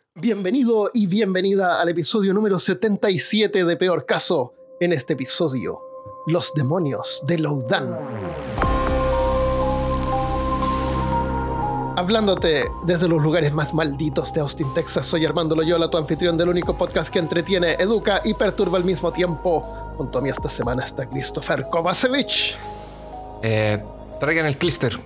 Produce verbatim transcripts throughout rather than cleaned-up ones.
Bienvenido y bienvenida al episodio número setenta y siete de Peor Caso. En este episodio, los demonios de Loudan. Hablándote desde los lugares más malditos de Austin, Texas, soy Armando Loyola, tu anfitrión del único podcast que entretiene, educa y perturba al mismo tiempo. Junto a mí esta semana está Christopher Kovacevic. Eh, traigan el clister.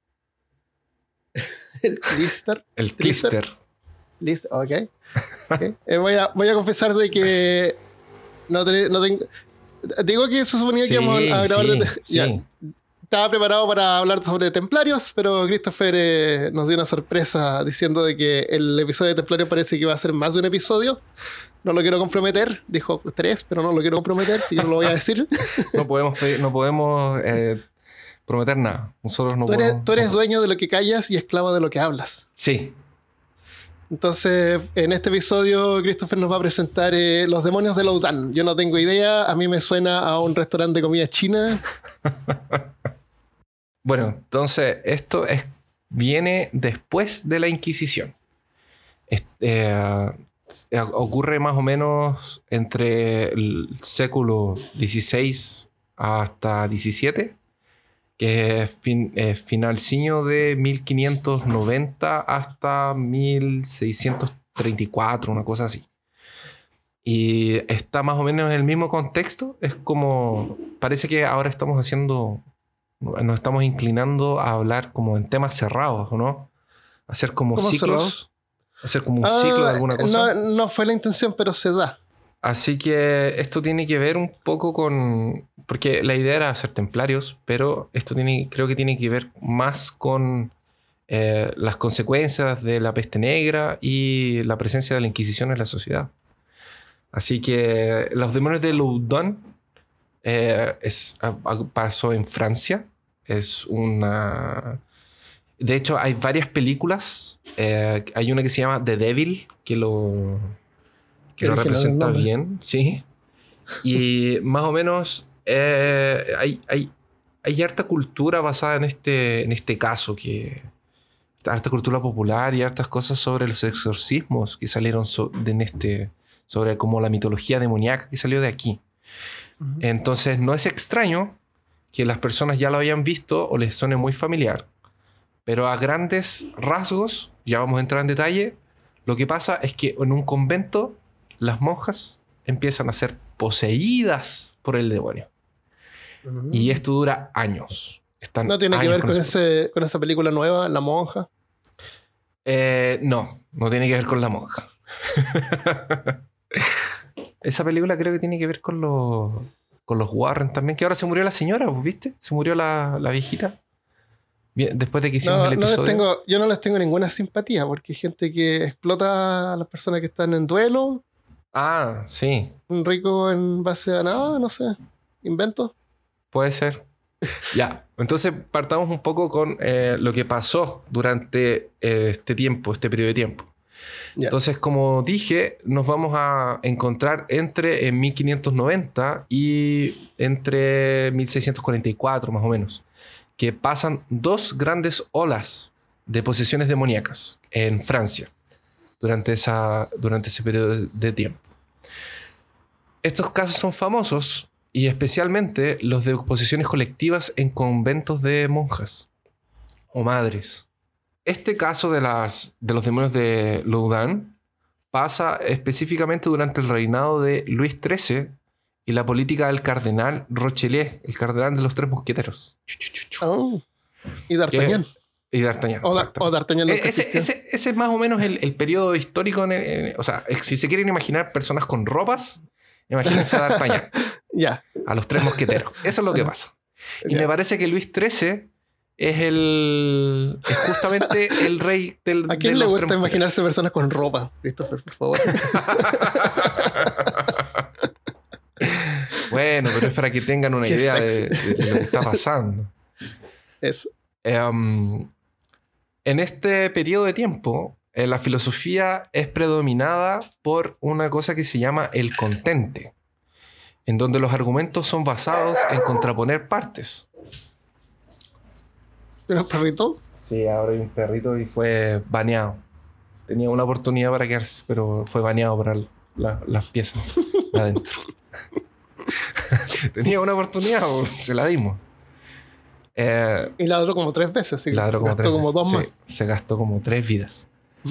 ¿El clister? El clister. Listo, ok. okay. Eh, voy, a, voy a confesar de que no, te, no tengo... Digo que se suponía sí, que íbamos a grabar... Sí, de, sí. ya. Estaba preparado para hablar sobre Templarios, pero Christopher eh, nos dio una sorpresa diciendo de que el episodio de Templarios parece que iba a ser más de un episodio. No lo quiero comprometer. Dijo tres, pero no lo quiero comprometer, así que no lo voy a decir. No podemos, pedir, no podemos eh, prometer nada. Nosotros no tú eres, podemos... Tú eres dueño de lo que callas y esclavo de lo que hablas. Sí. Entonces, en este episodio, Christopher nos va a presentar eh, los demonios de Loudan. Yo no tengo idea, a mí me suena a un restaurante de comida china. Bueno, entonces, esto es, viene después de la Inquisición. Este, eh, ocurre más o menos entre el século dieciséis hasta diecisiete, que es fin, eh, finalciño de mil quinientos noventa hasta mil seiscientos treinta y cuatro, una cosa así. Y está más o menos en el mismo contexto. Es como... Parece que ahora estamos haciendo... Nos estamos inclinando a hablar como en temas cerrados, ¿o no? Hacer como ciclos. Cerrados? Hacer como un ah, ciclo de alguna cosa. No, no fue la intención, pero se da. Así que esto tiene que ver un poco con... Porque la idea era hacer templarios, pero esto tiene, creo que tiene que ver más con eh, las consecuencias de la peste negra y la presencia de la Inquisición en la sociedad. Así que los demonios de Loudan eh, es, pasó en Francia. Es una... De hecho, hay varias películas. Eh, hay una que se llama The Devil, que lo... que lo representa bien, sí. Y más o menos eh, hay, hay, hay harta cultura basada en este, en este caso, que harta cultura popular y hartas cosas sobre los exorcismos que salieron so, de en este, sobre como la mitología demoníaca que salió de aquí. Uh-huh. Entonces no es extraño que las personas ya lo hayan visto o les suene muy familiar, pero a grandes rasgos, ya vamos a entrar en detalle, lo que pasa es que en un convento las monjas empiezan a ser poseídas por el demonio. Uh-huh. Y esto dura años. Están ¿No tiene años que ver con, con, ese, con esa película nueva, La Monja? Eh, no, no tiene que ver con La Monja. Esa película creo que tiene que ver con los, con los Warren también, que ahora se murió la señora, ¿viste? Se murió la, la viejita. Bien, después de que hicimos no, el episodio. No les tengo, yo no les tengo ninguna simpatía, porque hay gente que explota a las personas que están en duelo. Ah, sí. Un rico en base a nada, no sé. Invento. Puede ser. Ya, entonces partamos un poco con eh, lo que pasó durante eh, este tiempo, este periodo de tiempo. Yeah. Entonces, como dije, nos vamos a encontrar entre en mil quinientos noventa y entre mil seiscientos cuarenta y cuatro, más o menos, que pasan dos grandes olas de posesiones demoníacas en Francia durante, esa, durante ese periodo de tiempo. Estos casos son famosos, y especialmente los de posesiones colectivas en conventos de monjas o madres. Este caso de, las, de los demonios de Loudan pasa específicamente durante el reinado de Luis trece y la política del cardenal Rochelier, el cardenal de los tres mosqueteros. Oh, y D'Artagnan. Que, y D'Artagnan, o, da, o D'Artagnan. E- ese, ese, ese es más o menos el, el periodo histórico. En el, en, o sea, si se quieren imaginar personas con ropas, imagínense a D'Artagnan. Ya. A los tres mosqueteros. Eso es lo que pasa. Y yeah. me parece que Luis trece es el es justamente el rey del... ¿A quién de le los gusta tres imaginarse personas con ropa? Christopher, por favor. Bueno, pero es para que tengan una idea de, de, de lo que está pasando. Eso. Um, en este periodo de tiempo, eh, la filosofía es predominada por una cosa que se llama el contente, en donde los argumentos son basados en contraponer partes. ¿Pero un perrito? Sí, ahora hay un perrito y fue baneado. Tenía una oportunidad para quedarse, pero fue baneado para la, las piezas de adentro. Tenía una oportunidad, se la dimos. Eh, y ladró como tres veces. Sí, ladró como gastó tres como veces. dos más. Se, se gastó como tres vidas.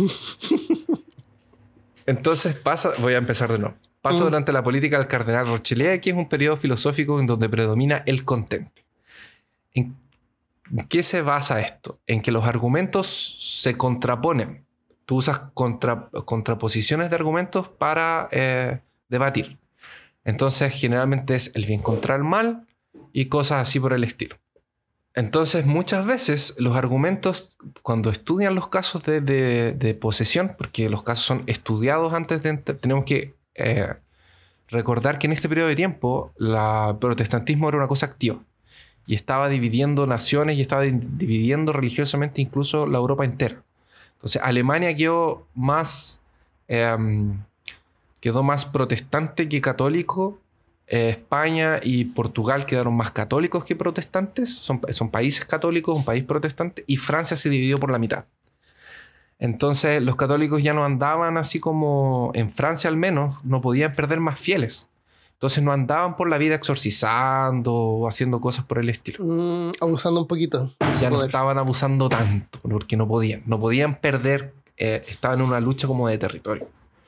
Entonces pasa, voy a empezar de nuevo. Pasa mm. durante la política del cardenal Rochelier, que es un periodo filosófico en donde predomina el contente. ¿En qué se basa esto? En que los argumentos se contraponen. Tú usas contra, contraposiciones de argumentos para eh, debatir. Entonces, generalmente es el bien contra el mal y cosas así por el estilo. Entonces, muchas veces los argumentos, cuando estudian los casos de, de, de posesión, porque los casos son estudiados antes de... Tenemos que eh, recordar que en este periodo de tiempo el protestantismo era una cosa activa y estaba dividiendo naciones y estaba dividiendo religiosamente incluso la Europa entera. Entonces, Alemania quedó más, eh, quedó más protestante que católico. Eh, España y Portugal quedaron más católicos que protestantes. Son, son países católicos, un país protestante. Y Francia se dividió por la mitad. Entonces, los católicos ya no andaban así como... En Francia, al menos, no podían perder más fieles. Entonces, no andaban por la vida exorcizando o haciendo cosas por el estilo. Mm, abusando un poquito. Ya no estaban abusando tanto, porque no podían. No podían perder. Eh, estaban en una lucha como de territorio.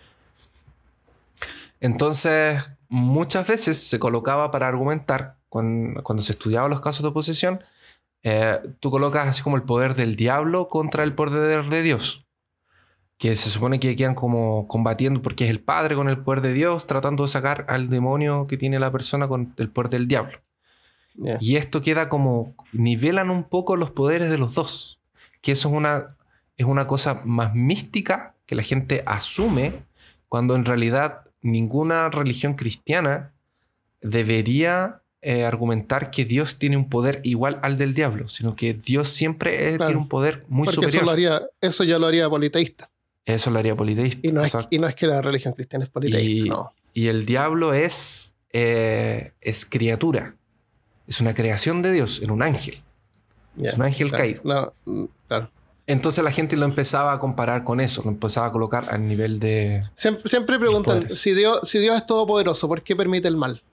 Entonces, muchas veces se colocaba para argumentar, cuando, cuando se estudiaban los casos de posesión, eh, tú colocas así como el poder del diablo contra el poder de Dios. Que se supone que quedan como combatiendo porque es el padre con el poder de Dios, tratando de sacar al demonio que tiene la persona con el poder del diablo. Yeah. Y esto queda como... nivelan un poco los poderes de los dos. Que eso es una, es una cosa más mística que la gente asume cuando en realidad ninguna religión cristiana debería eh, argumentar que Dios tiene un poder igual al del diablo, sino que Dios siempre eh, claro, tiene un poder muy porque superior. Eso, lo haría, eso ya lo haría politeísta. Eso lo haría politeísta. Y no, es, y no es que la religión cristiana es politeísta, y, no. Y el diablo es, eh, es criatura. Es una creación de Dios, era un ángel. Yeah, es un ángel claro, caído. No, claro. Entonces la gente lo empezaba a comparar con eso, lo empezaba a colocar al nivel de... Siempre, siempre preguntan, si Dios, si Dios es todopoderoso, ¿por qué permite el mal?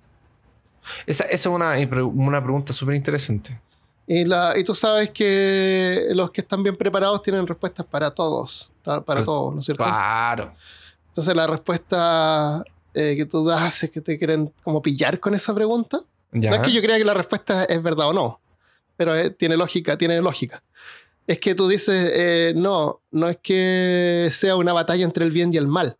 Esa, esa es una, una pregunta súper interesante. Y, la, y tú sabes que los que están bien preparados tienen respuestas para todos, para pues, todos, ¿no es cierto? Claro. Entonces la respuesta eh, que tú das es que te quieren como pillar con esa pregunta. Ya. No es que yo crea que la respuesta es verdad o no, pero eh, tiene lógica, tiene lógica. Es que tú dices, eh, no, no es que sea una batalla entre el bien y el mal.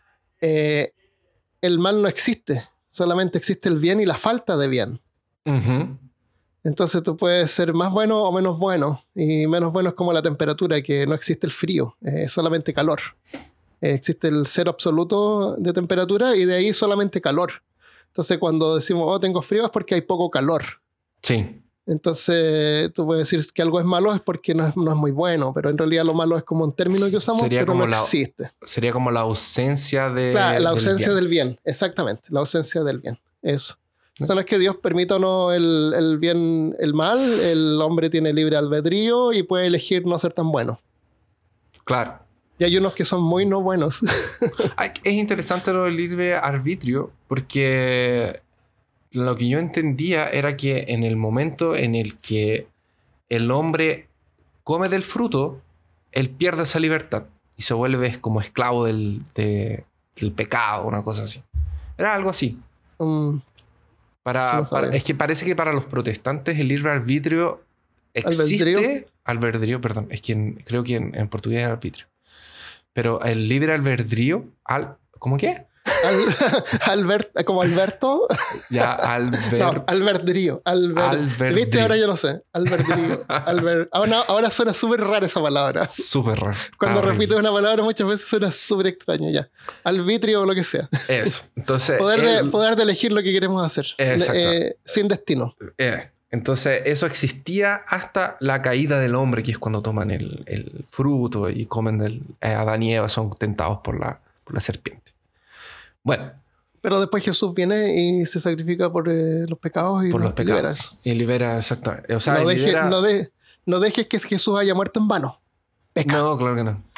Eh, el mal no existe, solamente existe el bien y la falta de bien. Uh-huh. Entonces tú puedes ser más bueno o menos bueno, y menos bueno es como la temperatura, que no existe el frío, es eh, solamente calor. Eh, existe el cero absoluto de temperatura y de ahí solamente calor. Entonces cuando decimos, oh, tengo frío, es porque hay poco calor. Sí. Entonces tú puedes decir que algo es malo es porque no es, no es muy bueno, pero en realidad lo malo es como un término que usamos, sería pero como no la, existe. Sería como la ausencia de, claro, la ausencia del bien. del bien, exactamente, la ausencia del bien, eso. O sea, no es que Dios permita o no el, el bien, el mal, el hombre tiene libre albedrío y puede elegir no ser tan bueno. Claro. Y hay unos que son muy no buenos. Es interesante lo del libre arbitrio, porque lo que yo entendía era que en el momento en el que el hombre come del fruto, él pierde esa libertad y se vuelve como esclavo del, de, del pecado, una cosa así. Era algo así. Um, para, no para, es que parece que para los protestantes el libre arbitrio existe. ¿Albedrío? Albedrío, perdón. Es que en, creo que en, en portugués es arbitrio. Pero el libre albedrío, al, ¿cómo qué? Al, Albert, como Alberto. Ya, Albert, no, albedrío. Albert, albedrío. ¿Viste? Ahora yo no sé. Albedrío. Albert, ahora, ahora suena súper rara esa palabra. Súper rara. Cuando repites una palabra muchas veces suena súper extraño ya. Arbitrio o lo que sea. Eso. Entonces, poder, el... de, poder de elegir lo que queremos hacer. Eh, sin destino. Eh. Entonces eso existía hasta la caída del hombre, que es cuando toman el, el fruto y comen del... Eh, Adán y Eva son tentados por la, por la serpiente. Bueno. Pero después Jesús viene y se sacrifica por eh, los pecados y por los pecados. Libera. Y libera, exactamente. O sea, no, deje, libera... no, de, no dejes que Jesús haya muerto en vano. Peca. No, claro que no.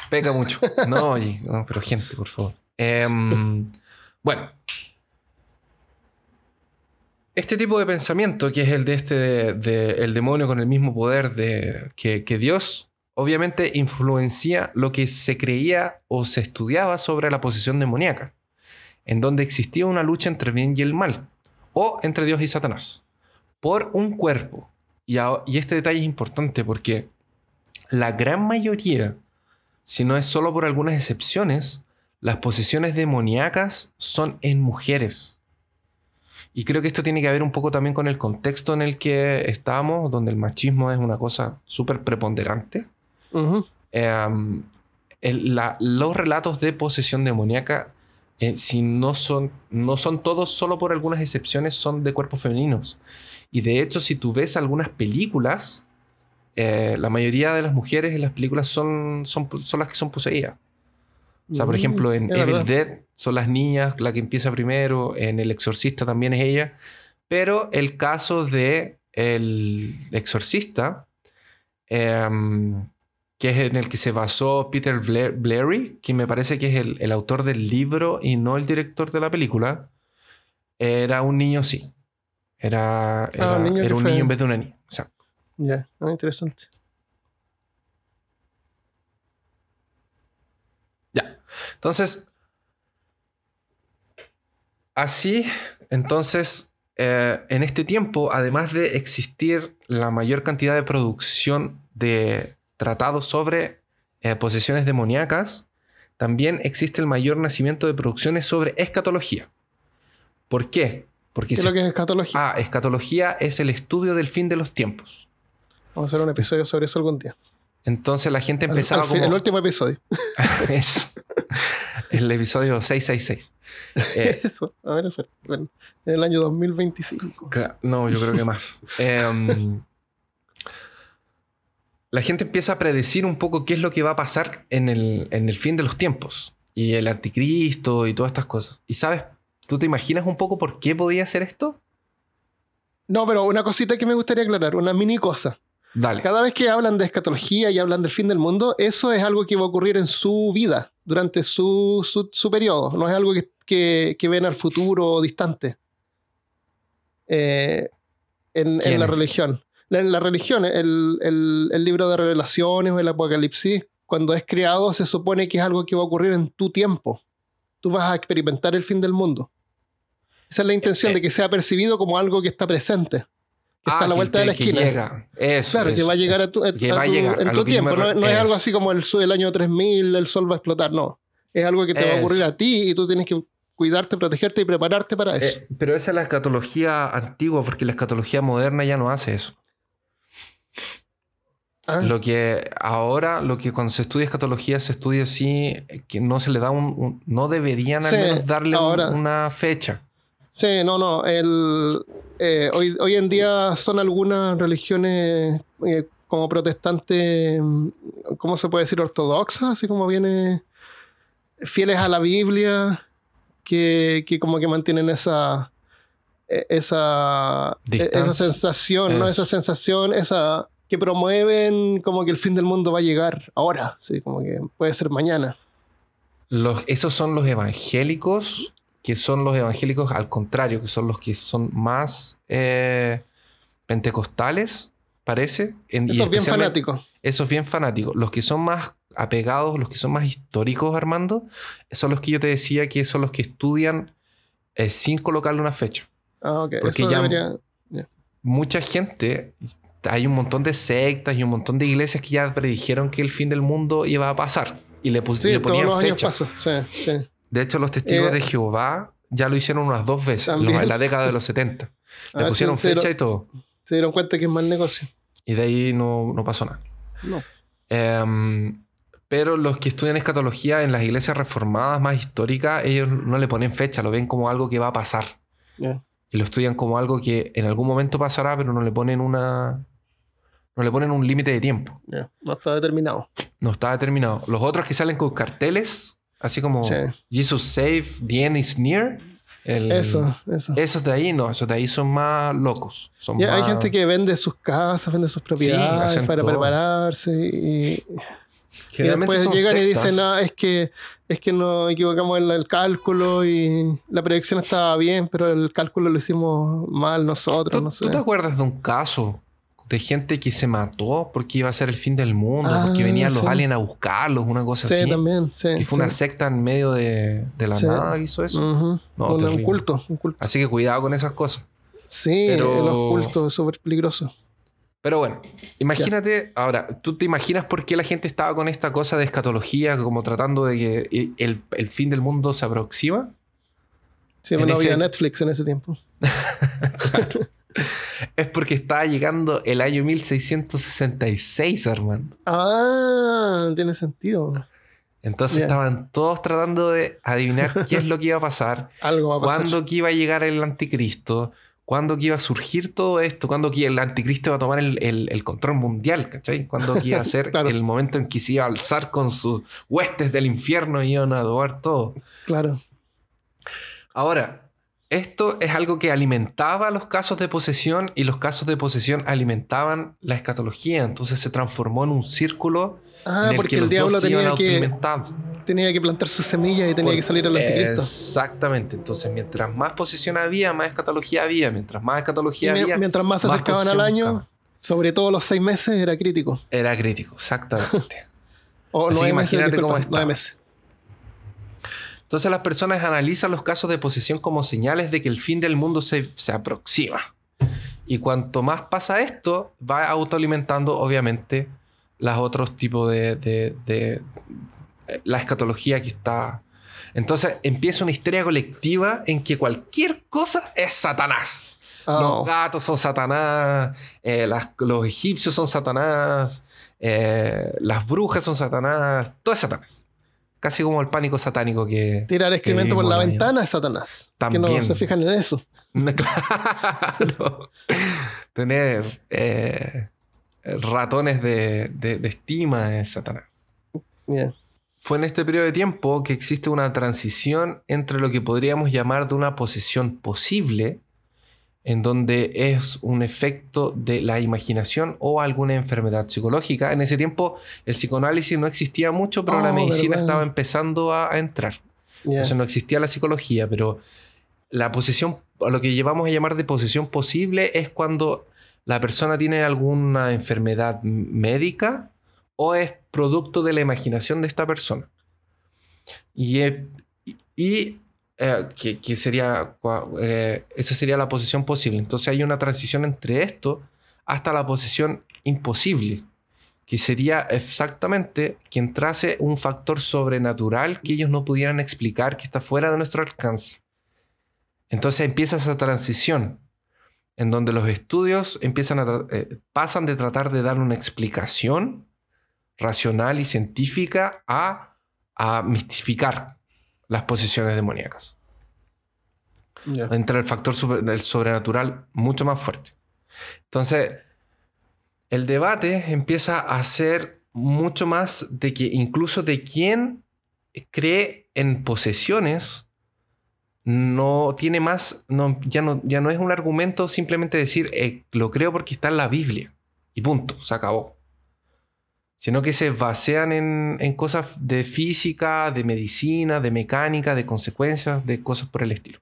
Peca mucho. No, oye, no, pero gente, por favor. Eh, bueno. Este tipo de pensamiento, que es el de este de, de el demonio con el mismo poder de, que, que Dios, obviamente influencia lo que se creía o se estudiaba sobre la posesión demoníaca, en donde existía una lucha entre el bien y el mal, o entre Dios y Satanás, por un cuerpo. Y, a, y este detalle es importante porque la gran mayoría, si no es solo por algunas excepciones, las posesiones demoníacas son en mujeres. Y creo que esto tiene que ver un poco también con el contexto en el que estamos, donde el machismo es una cosa súper preponderante. Uh-huh. Eh, el, la, los relatos de posesión demoníaca, eh, si no son, no son todos, solo por algunas excepciones, son de cuerpos femeninos. Y de hecho, si tú ves algunas películas, eh, la mayoría de las mujeres en las películas son, son, son las que son poseídas. O sea, por ejemplo, en es Evil verdad. Dead son las niñas la que empieza primero, en El Exorcista también es ella, pero el caso de El Exorcista, eh, que es en el que se basó Peter Blair, Blairy, que me parece que es el, el autor del libro y no el director de la película, era un niño, sí. Era, era, Ah, un niño, era un fue... niño en vez de una niña. Exacto. Ya, yeah. Ah, interesante. Ya. Entonces, así, entonces, eh, en este tiempo, además de existir la mayor cantidad de producción de tratados sobre eh, posesiones demoníacas, también existe el mayor nacimiento de producciones sobre escatología. ¿Por qué? Porque ¿Qué es se... lo que es escatología? Ah, escatología es el estudio del fin de los tiempos. Vamos a hacer un episodio sobre eso algún día. Entonces la gente empezaba al, al fin, como... El último episodio. Es el episodio seiscientos sesenta y seis. Eh, eso, a ver, eso. Bueno, en el año dos mil veinticinco. No, yo creo que más. eh, la gente empieza a predecir un poco qué es lo que va a pasar en el, en el fin de los tiempos. Y el anticristo y todas estas cosas. ¿Y sabes? ¿Tú te imaginas un poco por qué podía ser esto? No, pero una cosita que me gustaría aclarar, una mini cosa. Dale. Cada vez que hablan de escatología y hablan del fin del mundo, eso es algo que va a ocurrir en su vida, durante su, su, su periodo. No es algo que, que, que ven al futuro distante. Eh, en, en la religión. En la religión, el, el, el libro de Revelaciones o el Apocalipsis, cuando es creado, se supone que es algo que va a ocurrir en tu tiempo. Tú vas a experimentar el fin del mundo. Esa es la intención, eh, de que sea percibido como algo que está presente. Que está ah, a la vuelta que, de la que esquina. Llega. Eso, claro, eso, que va a llegar eso. a tu, a, que a va a tu, llegar en a tu lo que tiempo. me... No, no es eso. algo así como el, el año tres mil, el sol va a explotar. No. Es algo que te eso. va a ocurrir a ti y tú tienes que cuidarte, protegerte y prepararte para eso. Eh, pero esa es la escatología antigua, porque la escatología moderna ya no hace eso. Ah. Lo que ahora, lo que cuando se estudia escatología se estudia así, que no se le da un... un no deberían al sí, menos darle ahora, un, una fecha. Sí, no, no. El, eh, hoy, hoy en día son algunas religiones eh, como protestantes, ¿cómo se puede decir? Ortodoxas, así como viene fieles a la Biblia, que, que como que mantienen esa esa, esa sensación, es. ¿no? Esa sensación, esa... que promueven como que el fin del mundo va a llegar ahora, sí, como que puede ser mañana. Los, esos son los evangélicos, que son los evangélicos al contrario, que son los que son más eh, pentecostales, parece. En, esos bien fanáticos. Esos bien fanáticos. Los que son más apegados, los que son más históricos, Armando, son los que yo te decía que son los que estudian eh, sin colocarle una fecha. Ah, ok. Porque Eso ya debería... yeah. mucha gente... Hay un montón de sectas y un montón de iglesias que ya predijeron que el fin del mundo iba a pasar. Y le, pus- sí, le ponían todos los fecha. Años pasan. Sí, sí. De hecho, los testigos eh, de Jehová ya lo hicieron unas dos veces. También. En la década de los setenta. Le pusieron si fecha dieron, y todo. Se dieron cuenta que es mal negocio. Y de ahí no, no pasó nada. No. Um, pero los que estudian escatología en las iglesias reformadas más históricas, ellos no le ponen fecha. Lo ven como algo que va a pasar. Yeah. Y lo estudian como algo que en algún momento pasará, pero no le ponen una... No le ponen un límite de tiempo. Yeah, no está determinado. No está determinado. Los otros que salen con carteles, así como sí. Jesus save, the end is near. El, eso, eso. Esos de ahí no, esos de ahí son más locos. Son yeah, más... Hay gente que vende sus casas, vende sus propiedades sí, para todo. prepararse. Y... Y después llegan y dicen, no, es que, es que nos equivocamos en el cálculo y la predicción estaba bien, pero el cálculo lo hicimos mal nosotros, ¿Tú, no sé. ¿Tú te acuerdas de un caso de gente que se mató porque iba a ser el fin del mundo, ah, porque venían los sí. aliens a buscarlos, una cosa sí, así? Sí, también, sí. Que fue sí. una secta en medio de, de la sí. nada que hizo eso. Uh-huh. No, un, un culto, un culto. Así que cuidado con esas cosas. Sí, pero... los cultos, súper peligrosos. Pero bueno, imagínate, ya. Ahora, ¿tú te imaginas por qué la gente estaba con esta cosa de escatología, como tratando de que el, el fin del mundo se aproxima? Sí, pero no ese... había Netflix en ese tiempo. Claro. Es porque estaba llegando el año mil seiscientos sesenta y seis, Armando. Ah, tiene sentido. Entonces yeah. estaban todos tratando de adivinar qué es lo que iba a pasar, Algo va a pasar. Cuándo que iba a llegar el anticristo, cuándo que iba a surgir todo esto, cuándo que el anticristo iba a tomar el, el, el control mundial, ¿cachai? Cuándo que iba a ser claro. el momento en que se iba a alzar con sus huestes del infierno y iban a adobar todo. Claro. Ahora, esto es algo que alimentaba los casos de posesión y los casos de posesión alimentaban la escatología. Entonces se transformó en un círculo ah, en el porque que el los diablo dos se tenía iban que, autoalimentando. Tenía que plantar su semilla y tenía Por, que salir al anticristo. Exactamente. Entonces, mientras más posesión había, más escatología había. Mientras más escatología y había, mientras más se acercaban al año, buscaba. Sobre todo los seis meses, era crítico. Era crítico, exactamente. o Así nueve imagínate meses, cómo disculpa, nueve meses. Entonces las personas analizan los casos de posesión como señales de que el fin del mundo se, se aproxima. Y cuanto más pasa esto, va autoalimentando, obviamente, los otros tipos de, de, de, de... la escatología que está... Entonces empieza una histeria colectiva en que cualquier cosa es Satanás. Oh. Los gatos son Satanás, eh, las, los egipcios son Satanás, eh, las brujas son Satanás, todo es Satanás. Casi como el pánico satánico que... Tirar excremento por la año. Ventana es Satanás. También. Que no se fijan en eso. Claro. Tener eh, ratones de, de, de estima es Satanás. Yeah. Fue en este periodo de tiempo que existe una transición entre lo que podríamos llamar de una posesión posible, en donde es un efecto de la imaginación o alguna enfermedad psicológica. En ese tiempo el psicoanálisis no existía mucho, pero oh, la medicina ¿verdad? Estaba empezando a, a entrar. Yeah. Entonces no existía la psicología, pero la posesión, lo que llevamos a llamar de posesión posible es cuando la persona tiene alguna enfermedad médica o es producto de la imaginación de esta persona. Y... y Eh, que, que sería eh, esa sería la posesión posible. Entonces hay una transición entre esto hasta la posesión imposible, que sería exactamente que entrase un factor sobrenatural que ellos no pudieran explicar, que está fuera de nuestro alcance. Entonces empieza esa transición en donde los estudios empiezan a eh, pasan de tratar de dar una explicación racional y científica a, a mistificar las posesiones demoníacas. Yeah. Entra el factor super, el sobrenatural mucho más fuerte. Entonces, el debate empieza a ser mucho más de que incluso de quien cree en posesiones no tiene más, no, ya, no, ya no es un argumento simplemente decir eh, lo creo porque está en la Biblia y punto, se acabó. Sino que se basean en, en cosas de física, de medicina, de mecánica, de consecuencias, de cosas por el estilo.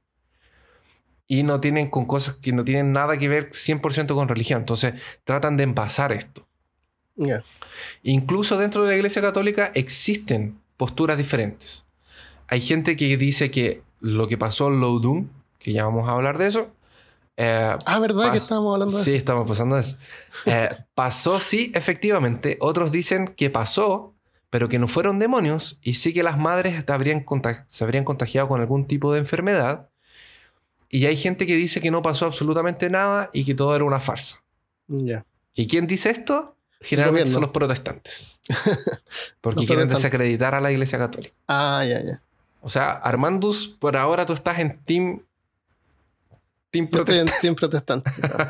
Y no tienen con cosas que no tienen nada que ver cien por ciento con religión. Entonces tratan de envasar esto. Yeah. Incluso dentro de la Iglesia Católica existen posturas diferentes. Hay gente que dice que lo que pasó en Loudun, que ya vamos a hablar de eso, Eh, ah, ¿verdad que estábamos hablando de sí, eso? Sí, estamos pasando de eso. Eh, pasó, sí, efectivamente. Otros dicen que pasó, pero que no fueron demonios y sí que las madres habrían contag- se habrían contagiado con algún tipo de enfermedad. Y hay gente que dice que no pasó absolutamente nada y que todo era una farsa. Ya. Yeah. ¿Y quién dice esto? Generalmente son los protestantes. Porque los quieren protestantes. desacreditar a la Iglesia Católica. Ah, ya, ya. O sea, Armandus, por ahora tú estás en team... Team Yo estoy en team protestante.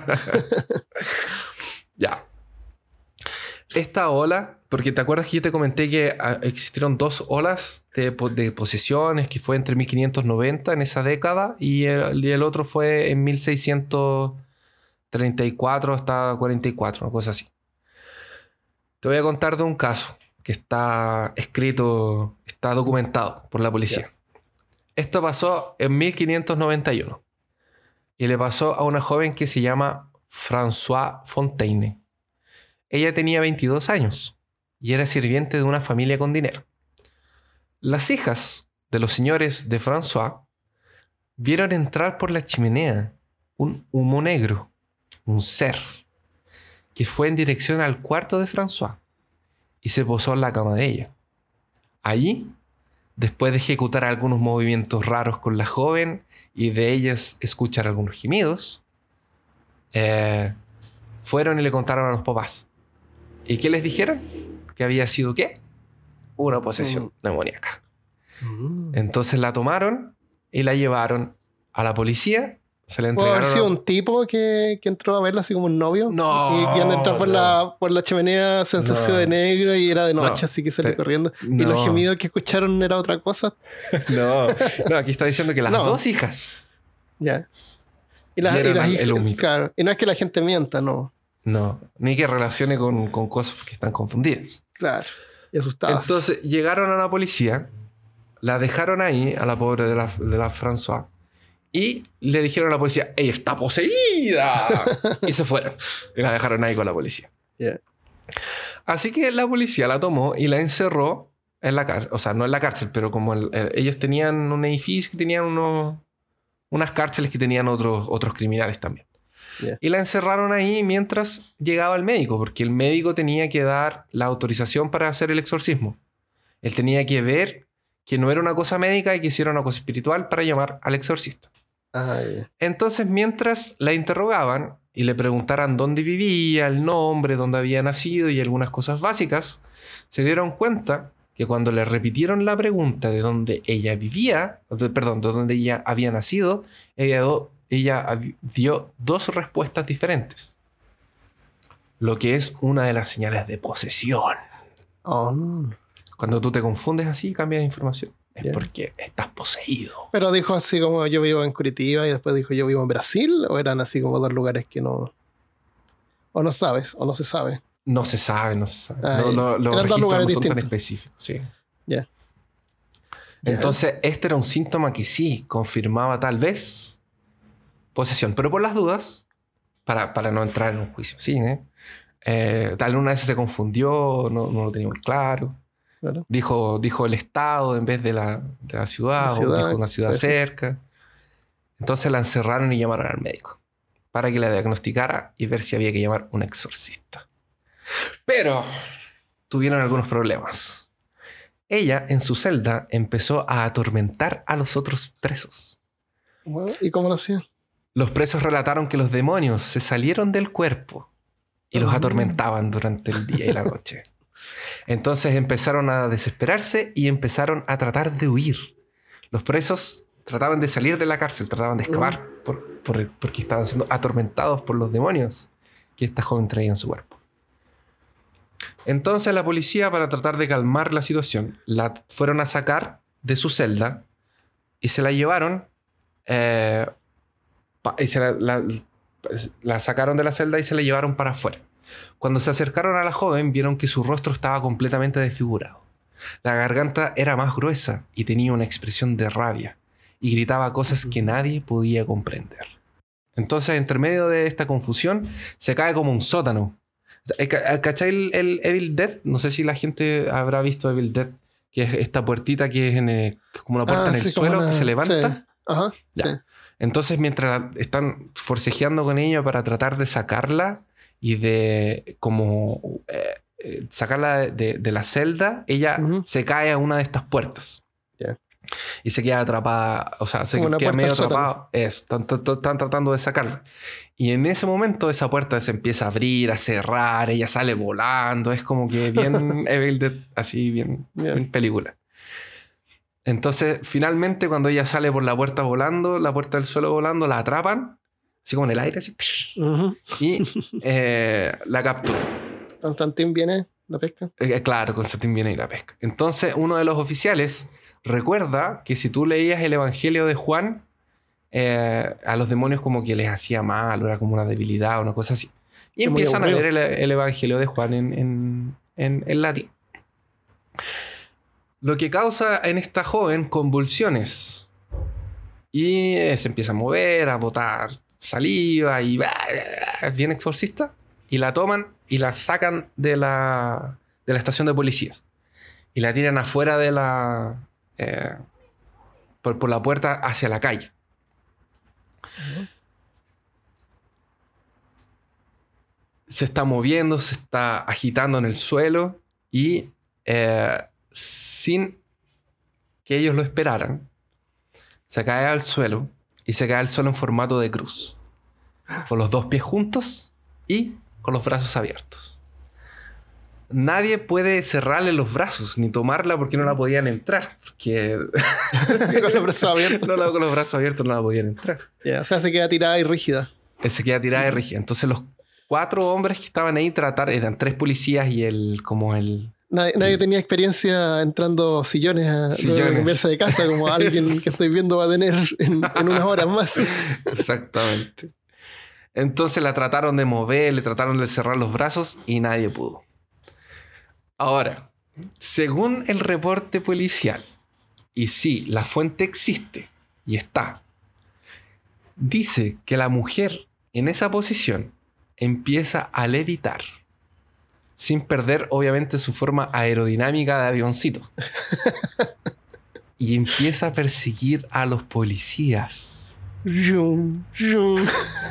Ya. Esta ola, porque te acuerdas que yo te comenté que uh, existieron dos olas de, de posesiones, que fue entre mil quinientos noventa en esa década y el, y el otro fue en mil seiscientos treinta y cuatro hasta cuarenta y cuatro, una cosa así. Te voy a contar de un caso que está escrito, está documentado por la policía. Yeah. Esto pasó en mil quinientos noventa y uno y le pasó a una joven que se llama Françoise Fontaine. Ella tenía veintidós años y era sirviente de una familia con dinero. Las hijas de los señores de François vieron entrar por la chimenea un humo negro, un ser, que fue en dirección al cuarto de François y se posó en la cama de ella. Allí, después de ejecutar algunos movimientos raros con la joven y de ellas escuchar algunos gemidos, eh, fueron y le contaron a los papás. ¿Y qué les dijeron? Que había sido ¿qué? Una posesión mm. demoníaca. Mm. Entonces la tomaron y la llevaron a la policía. Se le entregaron. ¿Puede haber sido un tipo que, que entró a verla así como un novio? No. Y cuando entró por, no. la, por la chimenea se ensució no. de negro y era de noche, no. así que salió Te, corriendo. No. Y los gemidos que escucharon era otra cosa. No, no, aquí está diciendo que las no. dos hijas. Ya. Y, la, y las hijas. Claro. Y no es que la gente mienta, no. No, ni que relacione con, con cosas que están confundidas. Claro. Y asustadas. Entonces llegaron a la policía, la dejaron ahí, a la pobre de la, de la François. Y le dijeron a la policía, ¡ella está poseída! Y se fueron. Y la dejaron ahí con la policía. Yeah. Así que la policía la tomó y la encerró en la cárcel. O sea, no en la cárcel, pero como el, el, ellos tenían un edificio que tenían unos, unas cárceles que tenían otros, otros criminales también. Yeah. Y la encerraron ahí mientras llegaba el médico, porque el médico tenía que dar la autorización para hacer el exorcismo. Él tenía que ver que no era una cosa médica y que hiciera una cosa espiritual para llamar al exorcista. Ah, yeah. Entonces, mientras la interrogaban y le preguntaran dónde vivía, el nombre, dónde había nacido y algunas cosas básicas, se dieron cuenta que cuando le repitieron la pregunta de dónde ella vivía, de, perdón, de dónde ella había nacido, ella, do, ella dio dos respuestas diferentes. Lo que es una de las señales de posesión. Oh. Cuando tú te confundes así, cambias de información. Es yeah. porque estás poseído. Pero dijo así como yo vivo en Curitiba y después dijo yo vivo en Brasil, o eran así como dos lugares que no... O no sabes, o no se sabe. No se sabe, no se sabe. Ah, no, no, los eran registros no son distintos. tan específicos. Sí. Yeah. Entonces, yeah. este era un síntoma que sí confirmaba tal vez posesión. Pero por las dudas, para, para no entrar en un juicio, sí, ¿eh? Eh, tal vez una vez se confundió, no, no lo tenía muy claro. Claro. Dijo, dijo el estado en vez de la, de la ciudad, la ciudad, o dijo una ciudad cerca. Entonces la encerraron y llamaron al médico para que la diagnosticara y ver si había que llamar un exorcista. Pero tuvieron algunos problemas. Ella, en su celda, empezó a atormentar a los otros presos. Bueno, ¿y cómo lo hacía? Los presos relataron que los demonios se salieron del cuerpo y los atormentaban durante el día y la noche. Entonces empezaron a desesperarse y empezaron a tratar de huir. Los presos trataban de salir de la cárcel, trataban de escapar uh. por, por, porque estaban siendo atormentados por los demonios que esta joven traía en su cuerpo. Entonces la policía, para tratar de calmar la situación, la fueron a sacar de su celda y se la llevaron eh, y se la, la, la sacaron de la celda y se la llevaron para afuera. Cuando se acercaron a la joven, vieron que su rostro estaba completamente desfigurado. La garganta era más gruesa y tenía una expresión de rabia y gritaba cosas que nadie podía comprender. Entonces, entre medio de esta confusión, se cae como un sótano. ¿Cachai el, el Evil Dead? No sé si la gente habrá visto Evil Dead, que es esta puertita que es en el, como una puerta ah, en el sí, suelo una... que se levanta. Sí. Ajá, ya. Sí. Entonces, mientras están forcejeando con ella para tratar de sacarla y de como eh, sacarla de, de la celda, ella uh-huh. se cae a una de estas puertas. Yeah. Y se queda atrapada, o sea, se como queda medio atrapada. Están, están tratando de sacarla. Y en ese momento esa puerta se empieza a abrir, a cerrar, ella sale volando. Es como que bien Evil Dead, así bien, yeah. bien película. Entonces, finalmente, cuando ella sale por la puerta volando, la puerta del suelo volando, la atrapan, así como en el aire, así, uh-huh. y eh, la capturan. Constantín viene la pesca. Eh, claro, Constantín viene y la pesca. Entonces, uno de los oficiales recuerda que si tú leías el Evangelio de Juan, eh, a los demonios como que les hacía mal, o era como una debilidad, una cosa así. Y es empiezan a leer el, el Evangelio de Juan en, en, en, en latín. Lo que causa en esta joven convulsiones. Y eh, se empieza a mover, a botar saliva y es bien exorcista. Y la toman y la sacan de la, de la estación de policía. Y la tiran afuera de la... Eh, por, por la puerta hacia la calle. Uh-huh. Se está moviendo, se está agitando en el suelo y eh, sin que ellos lo esperaran, se cae al suelo y se cae al suelo en formato de cruz, con los dos pies juntos y con los brazos abiertos. Nadie puede cerrarle los brazos ni tomarla porque no la podían entrar. Porque con los brazos abiertos. No, con los brazos abiertos no la podían entrar. Yeah, o sea, se queda tirada y rígida. Se queda tirada y rígida. Entonces los cuatro hombres que estaban ahí tratar, eran tres policías y el como el... Nadie, nadie tenía experiencia entrando sillones a cambiarse de casa como alguien que estoy viendo va a tener en, en unas horas más. Exactamente. Entonces la trataron de mover, le trataron de cerrar los brazos y nadie pudo. Ahora, según el reporte policial, y sí, la fuente existe y está, dice que la mujer en esa posición empieza a levitar, sin perder obviamente su forma aerodinámica de avioncito. Y empieza a perseguir a los policías. Yum, yum.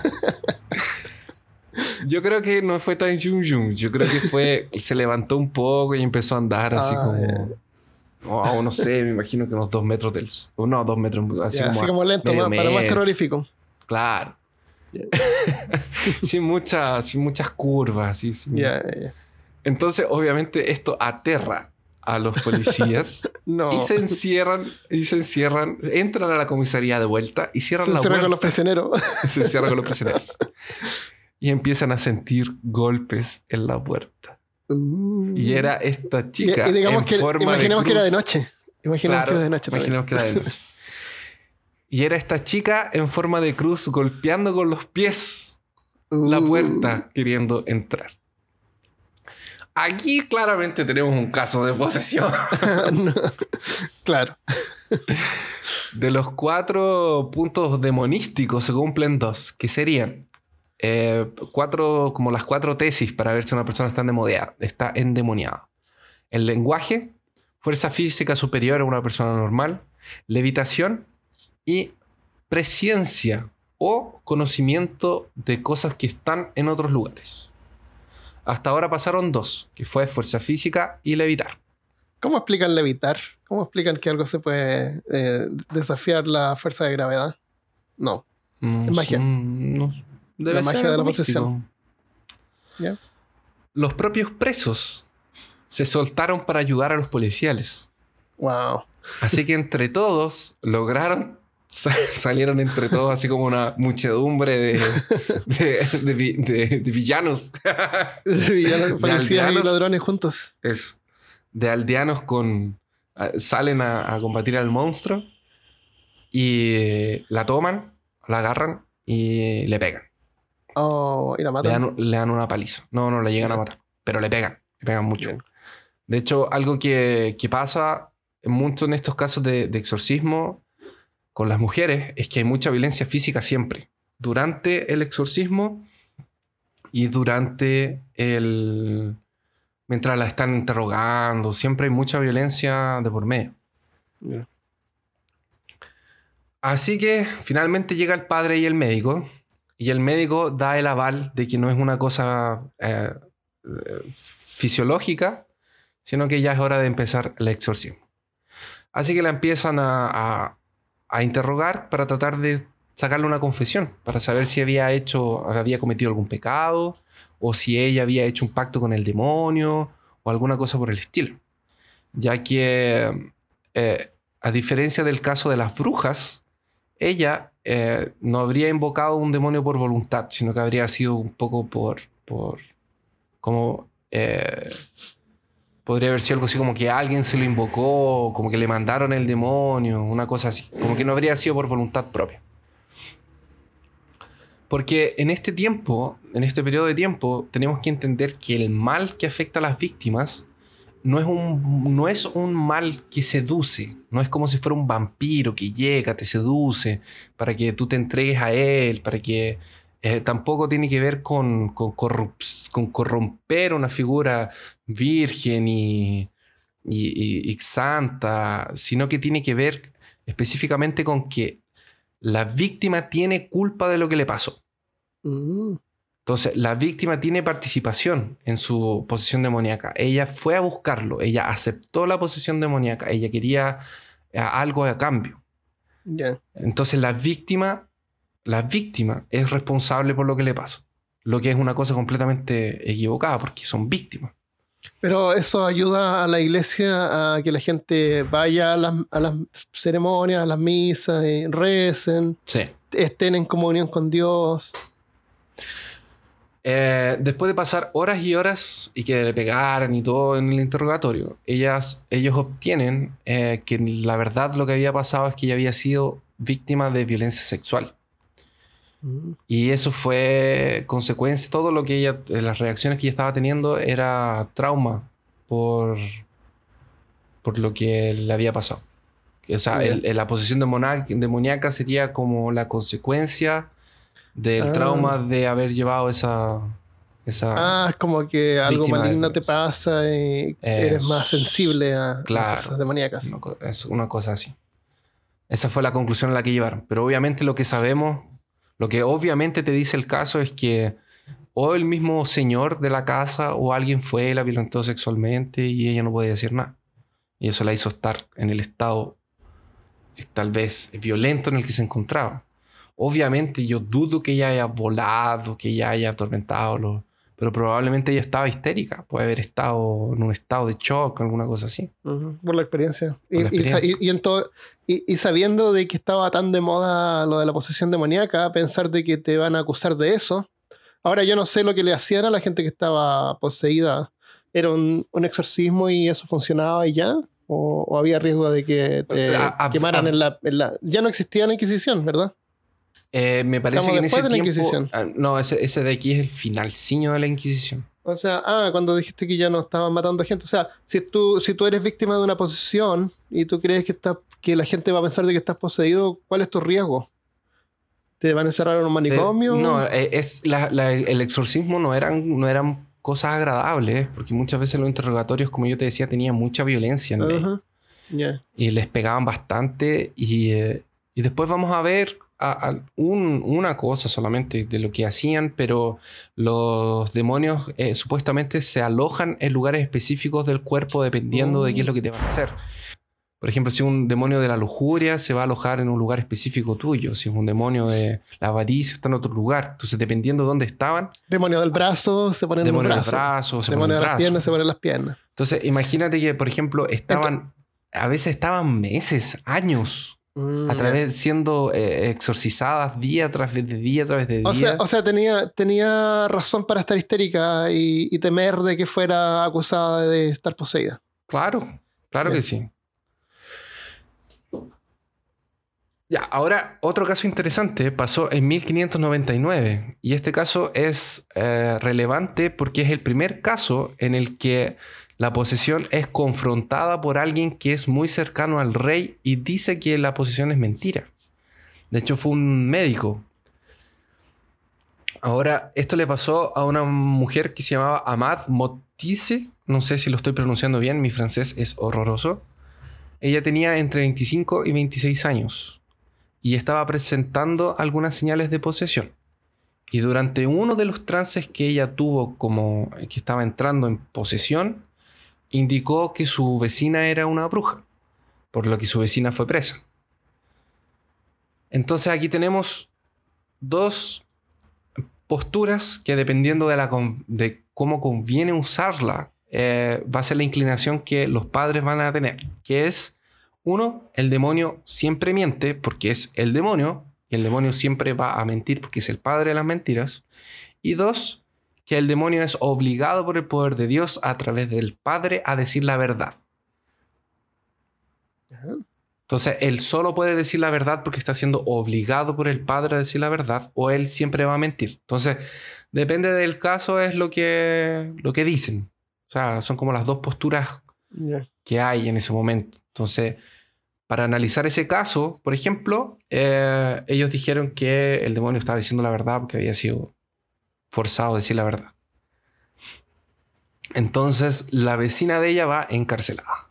Yo creo que no fue tan yum yum. Yo creo que fue... se levantó un poco y empezó a andar así ah, como... Yeah. Oh, no sé, me imagino que unos dos metros del... No, dos metros... Así, yeah, como, así como lento, más, para más terrorífico. Claro. Yeah. sin, mucha, sin muchas curvas. Así, sin... yeah, yeah. Entonces, obviamente, esto aterra a los policías. No. Y se encierran, y se encierran, entran a la comisaría de vuelta y cierran se la puerta. Se encierran con los prisioneros. Se encierran con los prisioneros. Y empiezan a sentir golpes en la puerta. Uh. Y era esta chica y, y digamos en que, forma imaginemos de cruz. que era de noche. Imaginemos claro, que era de noche. Imaginemos que era de noche. Y era esta chica en forma de cruz golpeando con los pies uh. la puerta queriendo entrar. Aquí claramente tenemos un caso de posesión. No. Claro. De los cuatro puntos demonísticos se cumplen dos, que serían eh, cuatro, como las cuatro tesis para ver si una persona está endemoniada. Está endemoniada. El lenguaje, fuerza física superior a una persona normal, levitación y presciencia o conocimiento de cosas que están en otros lugares. Hasta ahora pasaron dos, que fue fuerza física y levitar. ¿Cómo explican levitar? ¿Cómo explican que algo se puede eh, desafiar la fuerza de gravedad? No. no es magia. No, debe la magia de la posesión. ¿Yeah? Los propios presos se soltaron para ayudar a los policiales. Wow. Así que entre todos lograron... salieron entre todos así como una muchedumbre de, de, de, de, de villanos. De villanos, policías y ladrones juntos. Eso. De aldeanos con... Salen a, a combatir al monstruo y la toman, la agarran y le pegan. Oh, ¿y la matan? Le dan, le dan una paliza. No, no le llegan a matar, pero le pegan. Le pegan mucho. Bien. De hecho, algo que, que pasa mucho en estos casos de, de exorcismo con las mujeres es que hay mucha violencia física siempre. Durante el exorcismo y durante el... mientras la están interrogando. Siempre hay mucha violencia de por medio. Yeah. Así que finalmente llega el padre y el médico. Y el médico da el aval de que no es una cosa eh, fisiológica, sino que ya es hora de empezar el exorcismo. Así que la empiezan a... a a interrogar para tratar de sacarle una confesión, para saber si había hecho, había cometido algún pecado, o si ella había hecho un pacto con el demonio, o alguna cosa por el estilo. Ya que, eh, a diferencia del caso de las brujas, ella eh, no habría invocado un demonio por voluntad, sino que habría sido un poco por... por como... Eh, podría haber sido algo así como que alguien se lo invocó, como que le mandaron el demonio, una cosa así. Como que no habría sido por voluntad propia. Porque en este tiempo, en este periodo de tiempo, tenemos que entender que el mal que afecta a las víctimas no es un, no es un mal que seduce. No es como si fuera un vampiro que llega, te seduce para que tú te entregues a él, para que... Eh, tampoco tiene que ver con, con, corrup- con corromper una figura virgen y, y, y, y santa, sino que tiene que ver específicamente con que la víctima tiene culpa de lo que le pasó. Mm. Entonces, la víctima tiene participación en su posesión demoníaca. Ella fue a buscarlo, ella aceptó la posesión demoníaca, ella quería eh, algo a cambio. Yeah. Entonces, la víctima, la víctima es responsable por lo que le pasó, lo que es una cosa completamente equivocada porque son víctimas. Pero eso ayuda a la iglesia a que la gente vaya a las, a las ceremonias, a las misas, y recen, Sí. estén en comunión con Dios. Eh, después de pasar horas y horas y que le pegaran y todo en el interrogatorio, ellas, ellos obtienen eh, que la verdad lo que había pasado es que ella había sido víctima de violencia sexual. Mm. Y eso fue consecuencia, todo lo que ella, las reacciones que ella estaba teniendo era trauma por, por lo que le había pasado. O sea, Yeah. el, el, la posesión demoniaca, demoníaca sería como la consecuencia del Ah. trauma de haber llevado esa... esa Ah, es como que algo víctima de maligno te violencia. pasa y eres Es- más sensible a las Claro. fuerzas demoníacas. Una co- es una cosa así. Esa fue la conclusión a la que llevaron. Pero obviamente lo que sabemos, lo que obviamente te dice el caso es que o el mismo señor de la casa o alguien fue, la violentó sexualmente y ella no podía decir nada. Y eso la hizo estar en el estado eh, tal vez violento en el que se encontraba. Obviamente yo dudo que ella haya volado, que ella haya atormentado, lo- pero probablemente ella estaba histérica. Puede haber estado en un estado de shock o alguna cosa así. Ujú, por la experiencia. Por Y, la y sa- experiencia. y- y en todo- y- y sabiendo de que estaba tan de moda lo de la posesión demoníaca, pensar de que te van a acusar de eso. Ahora yo no sé lo que le hacían a la gente que estaba poseída. ¿Era un, un exorcismo y eso funcionaba y ya? ¿O, o había riesgo de que te A- a- quemaran a- en la, en la... Ya no existía la Inquisición, ¿verdad? Eh, me parece Estamos que en después ese de la tiempo... Inquisición. ah, no, ese, ese de aquí es el finalciño de la Inquisición. O sea, ah, cuando dijiste que ya no estaban matando gente. O sea, si tú, si tú eres víctima de una posesión y tú crees que, estás, que la gente va a pensar de que estás poseído, ¿cuál es tu riesgo? ¿Te van a encerrar en un De- manicomio? no, eh, es la- la- el exorcismo no eran, no eran cosas agradables, porque muchas veces los interrogatorios, como yo te decía, tenían mucha violencia en medio. Ajá. Ya. Y les pegaban bastante. Y, eh, y después vamos a ver a- a un- una cosa solamente de lo que hacían, pero los demonios eh, supuestamente se alojan en lugares específicos del cuerpo dependiendo Oh. de qué es lo que te van a hacer. Por ejemplo, si un demonio de la lujuria se va a alojar en un lugar específico tuyo, si es un demonio de la avaricia está en otro lugar. Entonces, dependiendo de dónde estaban, Demonio del brazo, se ponen en el demonio del brazo. brazo, se pone Demonio el de las brazo. piernas, se ponen las piernas. Entonces, imagínate que, por ejemplo, estaban, a veces estaban meses, años, Mm, a ya. través siendo eh, exorcizadas día tras vez de día tras de día. O sea, o sea tenía, tenía razón para estar histérica y, y temer de que fuera acusada de estar poseída. Claro, claro Ya. que sí. Ya, ahora otro caso interesante pasó en mil quinientos noventa y nueve y este caso es eh, relevante porque es el primer caso en el que la posesión es confrontada por alguien que es muy cercano al rey y dice que la posesión es mentira. De hecho, fue un médico. Ahora, esto le pasó a una mujer que se llamaba Amad Motise. No sé si lo estoy pronunciando bien, mi francés es horroroso. Ella tenía entre veinticinco y veintiséis años y estaba presentando algunas señales de posesión. Y durante uno de los trances que ella tuvo como que estaba entrando en posesión, indicó que su vecina era una bruja, por lo que su vecina fue presa. Entonces aquí tenemos dos posturas que dependiendo de, la con- de cómo conviene usarla, eh, va a ser la inclinación que los padres van a tener, que es, uno, el demonio siempre miente porque es el demonio, y el demonio siempre va a mentir porque es el padre de las mentiras, y dos, que el demonio es obligado por el poder de Dios a través del padre a decir la verdad. Ajá. Entonces, él solo puede decir la verdad porque está siendo obligado por el padre a decir la verdad, o él siempre va a mentir. Entonces, depende del caso, es lo que, lo que dicen. O sea, son como las dos posturas Yeah. que hay en ese momento. Entonces, para analizar ese caso, por ejemplo, eh, ellos dijeron que el demonio estaba diciendo la verdad porque había sido forzado a decir la verdad. Entonces, la vecina de ella va encarcelada.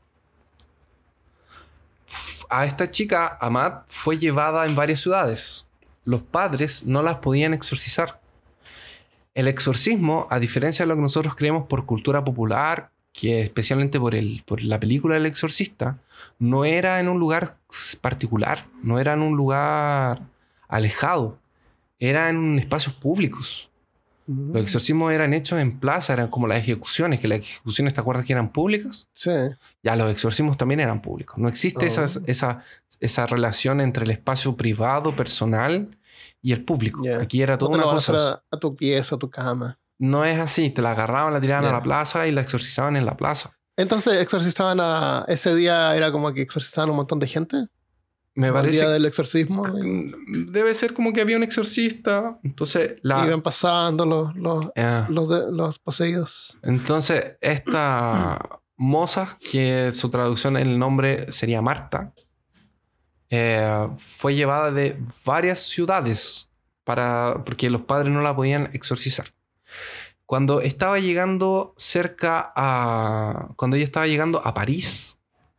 A esta chica, Amat, fue llevada en varias ciudades. Los padres no las podían exorcizar. El exorcismo, a diferencia de lo que nosotros creemos por cultura popular, que especialmente por, el, por la película El Exorcista, no era en un lugar particular, no era en un lugar alejado, era en espacios públicos. Mm. Los exorcismos eran hechos en plaza, eran como las ejecuciones, que las ejecuciones, ¿te acuerdas que eran públicas? Sí. Ya, los exorcismos también eran públicos. No existe Oh. esa, esa, esa relación entre el espacio privado, personal y el público. Yeah. Aquí era No toda te lo una van a hacer cosa. a, a tu pieza, a tu cama. No es así, te la agarraban, la tiraban Yeah. a la plaza y la exorcizaban en la plaza. Entonces, exorcistaban a... Ese día era como que exorcistaban a un montón de gente. Me Como el parece día del exorcismo. Y debe ser como que había un exorcista. Entonces, la, iban pasando los, los, eh, los, de- los poseídos. entonces esta moza, que su traducción en el nombre sería Marta, eh, fue llevada de varias ciudades para, porque los padres no la podían exorcizar. Cuando estaba llegando cerca a... Cuando ella estaba llegando a París,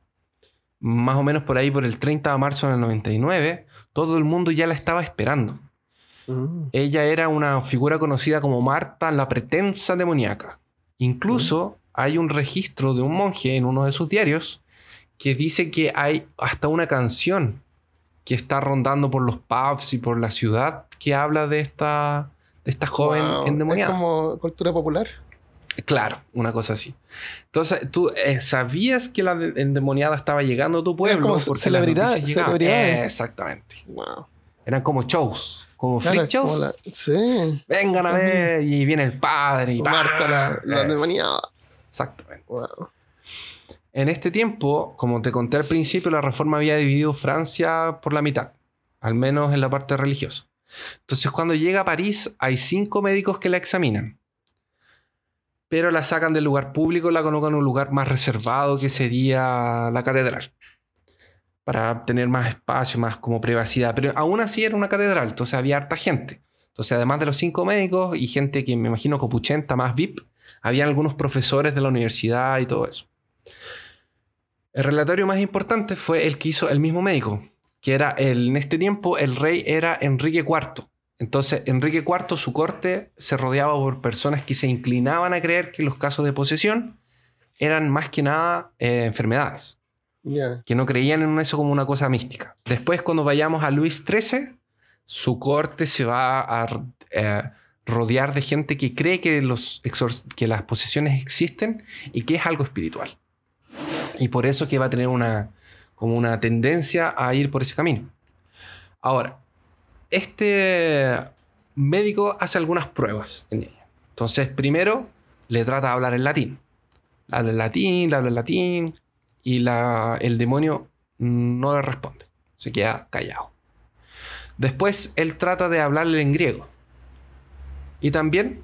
más o menos por ahí, por el treinta de marzo del noventa y nueve, todo el mundo ya la estaba esperando. Mm. Ella era una figura conocida como Marta, la pretensa demoníaca. Incluso hay un registro de un monje en uno de sus diarios que dice que hay hasta una canción que está rondando por los pubs y por la ciudad que habla de esta, de esta joven Wow. endemoniada. Es como cultura popular. Claro, una cosa así. Entonces, ¿tú eh, sabías que la de- endemoniada estaba llegando a tu pueblo? como Porque celebridad- las noticias llegaban. celebridades. Exactamente. Wow. Eran como shows, como Claro, freak shows. como la- Sí. Vengan a ver, y viene el padre y Marta la, la Es- endemoniada. Exactamente. Wow. En este tiempo, como te conté al principio, la reforma había dividido Francia por la mitad, al menos en la parte religiosa. Entonces, cuando llega a París, hay cinco médicos que la examinan, pero la sacan del lugar público y la colocan en un lugar más reservado, que sería la catedral, para tener más espacio, más como privacidad. Pero aún así era una catedral, entonces había harta gente. Entonces, además de los cinco médicos y gente que me imagino copuchenta, más V I P, habían algunos profesores de la universidad y todo eso. El relatorio más importante fue el que hizo el mismo médico, que era el, en este tiempo el rey era Enrique cuarto. Entonces, Enrique cuarto, su corte se rodeaba por personas que se inclinaban a creer que los casos de posesión eran más que nada eh, enfermedades, Ya. que no creían en eso como una cosa mística. Después, cuando vayamos a Luis trece, su corte se va a eh, rodear de gente que cree que, los exor- que las posesiones existen y que es algo espiritual. Y por eso que va a tener una, como una tendencia a ir por ese camino. Ahora, este médico hace algunas pruebas en ella. Entonces, primero le trata de hablar en latín. Le habla en latín, le habla en latín, y la, el demonio no le responde. Se queda callado. Después, él trata de hablarle en griego. Y también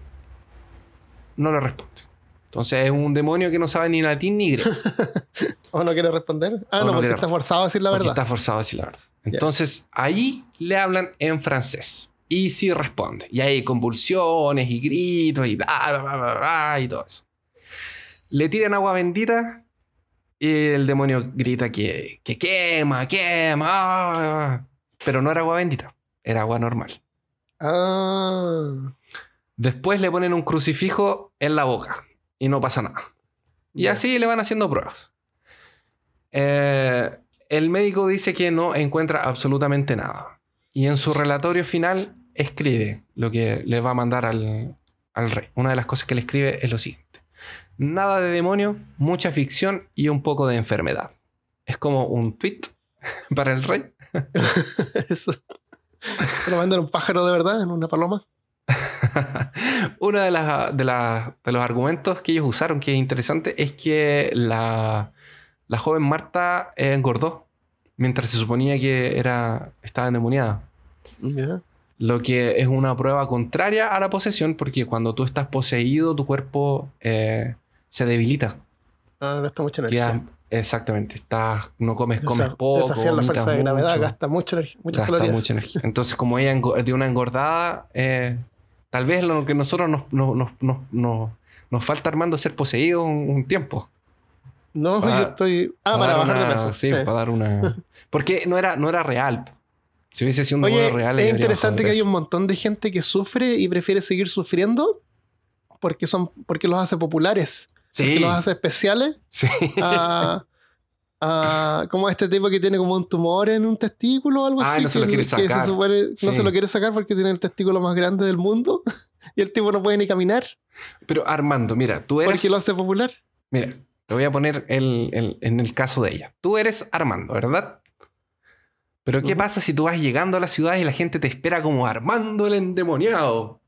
no le responde. Entonces, es un demonio que no sabe ni latín ni griego. ¿O no quiere responder? Ah, O no, no porque quiere está responder. forzado a decir la Porque verdad. está forzado a decir la verdad. Entonces, ahí le hablan en francés. Y sí responde. Y hay convulsiones y gritos y bla, bla, bla, bla, bla, y todo eso. Le tiran agua bendita y el demonio grita que, que quema, quema. ah. Pero no era agua bendita. Era agua normal. Ah. Después le ponen un crucifijo en la boca. Y no pasa nada. Y Ya. así le van haciendo pruebas. Eh, el médico dice que no encuentra absolutamente nada. Y en su relatorio final escribe lo que le va a mandar al, al rey. Una de las cosas que le escribe es lo siguiente. Nada de demonio, mucha ficción y un poco de enfermedad. Es como un tweet para el rey. Eso. ¿Pero mandan un pájaro de verdad en una paloma? Uno de, las, de, las, de los argumentos que ellos usaron, que es interesante, es que la, la joven Marta eh, engordó mientras se suponía que era, estaba endemoniada. Ya. Lo que es una prueba contraria a la posesión, porque cuando tú estás poseído, tu cuerpo eh, se debilita. Ah, gasta mucha energía. Quedas, exactamente. Estás, no comes, comes Desa- poco. Desafiar la fuerza de vomitas gravedad, mucho, gasta mucha energía, muchas gasta calorías. mucha energía. Entonces, como ella engo- dio una engordada, eh, tal vez lo que nosotros nos, nos, nos, nos, nos- nos falta, Armando, es ser poseídos un, un tiempo. No, Para- yo estoy. Ah, Para para dar bajar una- de peso. Sí, Sí. para dar una... Porque no era, no era real. Si hubiese sido un Oye, demonio real... ella es habría interesante bajado que de hay peso. un montón de gente que sufre y prefiere seguir sufriendo porque son porque los hace populares, porque Sí, los hace especiales sí. a, a como este tipo que tiene como un tumor en un testículo o algo Ah, así. no se lo que- quiere que se sacar. supone- Sí. No se lo quiere sacar porque tiene el testículo más grande del mundo y el tipo no puede ni caminar Pero Armando, mira, tú eres... porque lo hace popular. Mira, te voy a poner el, el- en el caso de ella. Tú eres Armando, ¿verdad? Pero ¿qué Ujú. pasa si tú vas llegando a la ciudad y la gente te espera como Armando el endemoniado?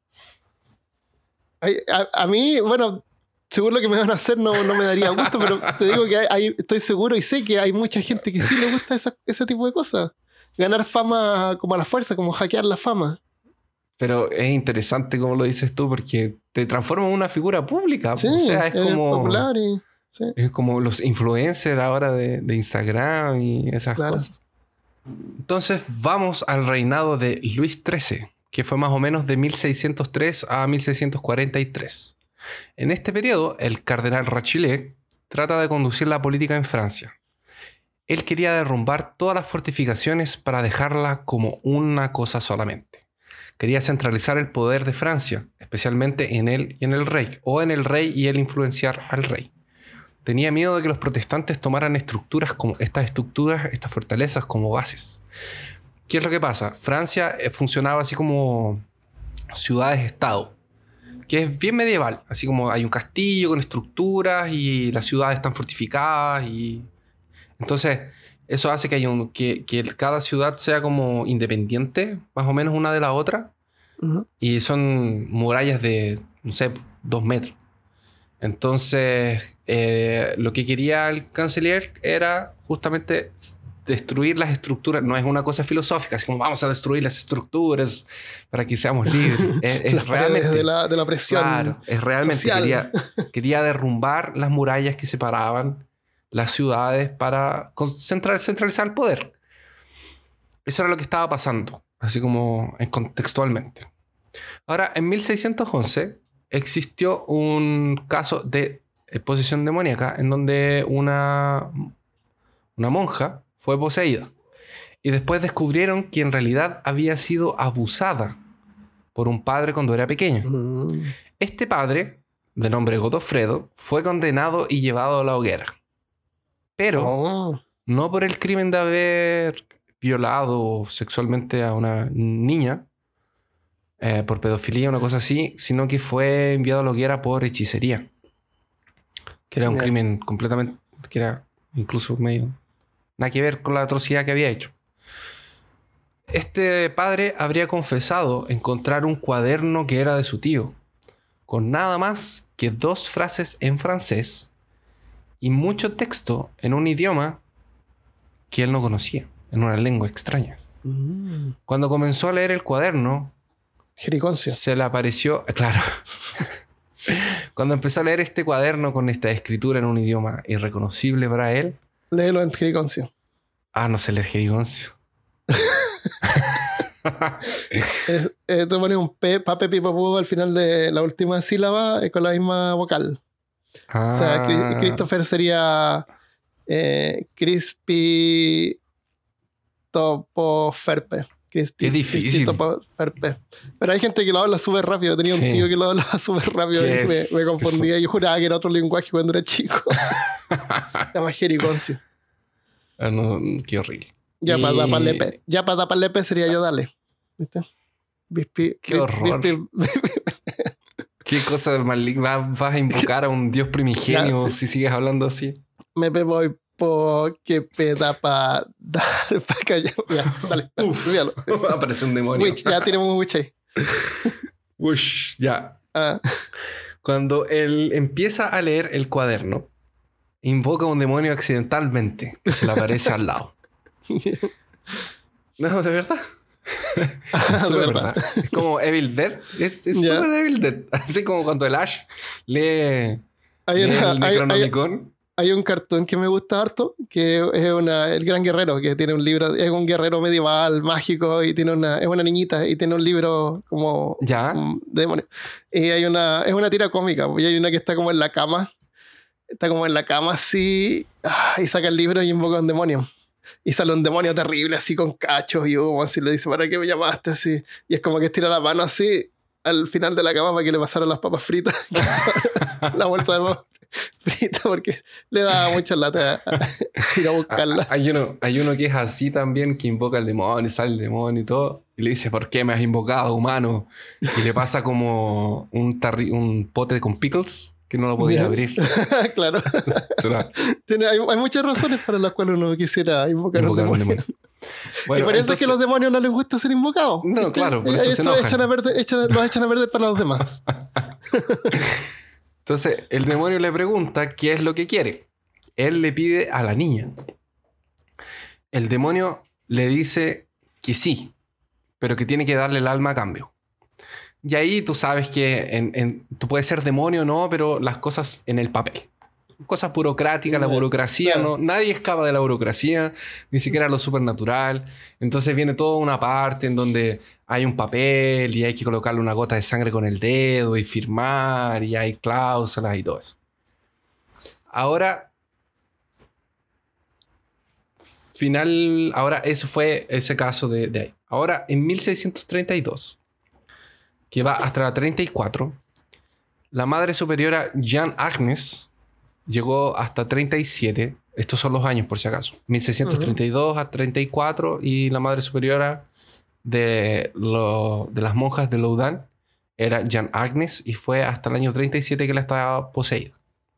Ay, A, a mí, bueno, según lo que me van a hacer no, no me daría gusto, pero te digo que hay- hay- estoy seguro y sé que hay mucha gente que sí le gusta esa- ese tipo de cosas. Ganar fama como a la fuerza, como hackear la fama. Pero es interesante como lo dices tú porque te transforma en una figura pública. Sí, o sea, es eres como, popular y... Sí, es como los influencers ahora de, de Instagram y esas claro. cosas. Entonces vamos al reinado de Luis trece, que fue más o menos de mil seiscientos tres a mil seiscientos cuarenta y tres. En este periodo, el cardenal Richelieu trata de conducir la política en Francia. Él quería derrumbar todas las fortificaciones para dejarla como una cosa solamente. Quería centralizar el poder de Francia, especialmente en él y en el rey, o en el rey y él influenciar al rey. Tenía miedo de que los protestantes tomaran estructuras como estas estructuras, estas fortalezas como bases. ¿Qué es lo que pasa? Francia eh, funcionaba así como ciudades-estado, que es bien medieval. Así como hay un castillo con estructuras y las ciudades están fortificadas. Y... Entonces, eso hace que, haya un, que, que cada ciudad sea como independiente, más o menos una de la otra. Ujú. Y son murallas de, no sé, dos metros. Entonces, eh, lo que quería el canciller era justamente destruir las estructuras. No es una cosa filosófica, así como vamos a destruir las estructuras para que seamos libres. Es, es Las paredes realmente... de la, de la presión. Claro, es realmente social. quería, quería derrumbar las murallas que separaban las ciudades para concentrar, centralizar el poder. Eso era lo que estaba pasando, así como en contextualmente. Ahora, en mil seiscientos once existió un caso de posesión demoníaca en donde una, una monja fue poseída. Y después descubrieron que en realidad había sido abusada por un padre cuando era pequeño. Mm. Este padre, de nombre Godofredo, fue condenado y llevado a la hoguera. Pero Oh. no por el crimen de haber violado sexualmente a una niña, eh, por pedofilia, una cosa así, sino que fue enviado a la hoguera por hechicería. Que era un Ya. crimen completamente, que era incluso medio, nada que ver con la atrocidad que había hecho. Este padre habría confesado encontrar un cuaderno que era de su tío, con nada más que dos frases en francés y mucho texto en un idioma que él no conocía, en una lengua extraña. Mm. Cuando comenzó a leer el cuaderno, Jericoncio. se le apareció... Claro. Cuando empezó a leer este cuaderno con esta escritura en un idioma irreconocible para él... Léelo en Jericoncio. Ah, no sé leer jerigoncio. Es- eh, tú pones un P, pape, pipa, pu al final de la última sílaba eh, con la misma vocal. Ah. O sea, Cri- Christopher sería eh, Crispy Topoferpe. Crispy, Qué difícil. Crispy Topoferpe. Pero hay gente que lo habla súper rápido. Tenía Sí. un tío que lo hablaba súper rápido y ¿Qué me, es? me confundía. Yo juraba que era otro lenguaje cuando era chico. Se llama Jericoncio. Ah, no, qué horrible. Ya Y- para Dapalepe. Ya para Dapalepe sería yo dale. ¿Viste? Bispi- Qué bis- horror. bispi- ¿Qué cosa maligna? ¿Vas, vas a invocar a un dios primigenio Ya, sí. si sigues hablando así? Me pe voy po que peda pa dar pa callar. Ya, dale, dale, Uf. olvídalo. Aparece un demonio. Witch, ya tenemos un witch ahí. Ush, ya. Ah, Cuando él empieza a leer el cuaderno, invoca a un demonio accidentalmente que se le aparece al lado. No, de verdad. ah, de Súper verdad. verdad. Es como Evil Dead. Es, es Ya. súper de Evil Dead. Así como cuando el Ash lee, Hay lee una, el hay, hay, Necronomicon. hay un cartón que me gusta harto, que es una, el Gran Guerrero, que tiene un libro, es un guerrero medieval, mágico, y tiene una, es una niñita, y tiene un libro como ¿Ya? um, de demonio. Y hay una, es una tira cómica, y hay una que está como en la cama, está como en la cama así, ah, y saca el libro y invoca a un demonio. Y sale un demonio terrible, así con cachos y humo, así le dice, ¿para qué me llamaste? Así. Y es como que estira la mano así al final de la cama para que le pasaran las papas fritas. La bolsa de papas fritas, porque le daba mucha lata a ir a buscarla. Hay uno, hay uno que es así también, que invoca al demonio, sale el demonio y todo, y le dice, ¿por qué me has invocado, humano? Y le pasa como un, tarri- un pote con pickles que no lo podía abrir. Claro. Será Tiene, hay, hay muchas razones para las cuales uno quisiera invocar, invocar un un demonio. demonio. Bueno, y por eso entonces- es que a los demonios no les gusta ser invocados. No, ¿Viste? claro, por eso se Esto enojan. echan a perder, echan- los echan a perder para los demás. Entonces el demonio le pregunta qué es lo que quiere. Él le pide a la niña. El demonio le dice que sí, pero que tiene que darle el alma a cambio. Y ahí tú sabes que en, en, tú puedes ser demonio o no, pero las cosas en el papel. Cosas burocráticas, la burocracia, Claro. no, nadie escapa de la burocracia, ni siquiera lo supernatural. Entonces viene toda una parte en donde hay un papel y hay que colocarle una gota de sangre con el dedo y firmar y hay cláusulas y todo eso. Ahora, final, ahora ese fue ese caso de, de ahí. Ahora, en mil seiscientos treinta y dos, que va hasta la treinta y cuatro, la madre superiora Jeanne Agnes llegó hasta treinta y siete. Estos son los años, por si acaso. mil seiscientos treinta y dos a treinta y cuatro. Y la madre superiora de, lo, de las monjas de Loudun era Jeanne Agnes. Y fue hasta el año treinta y siete que la estaba poseída.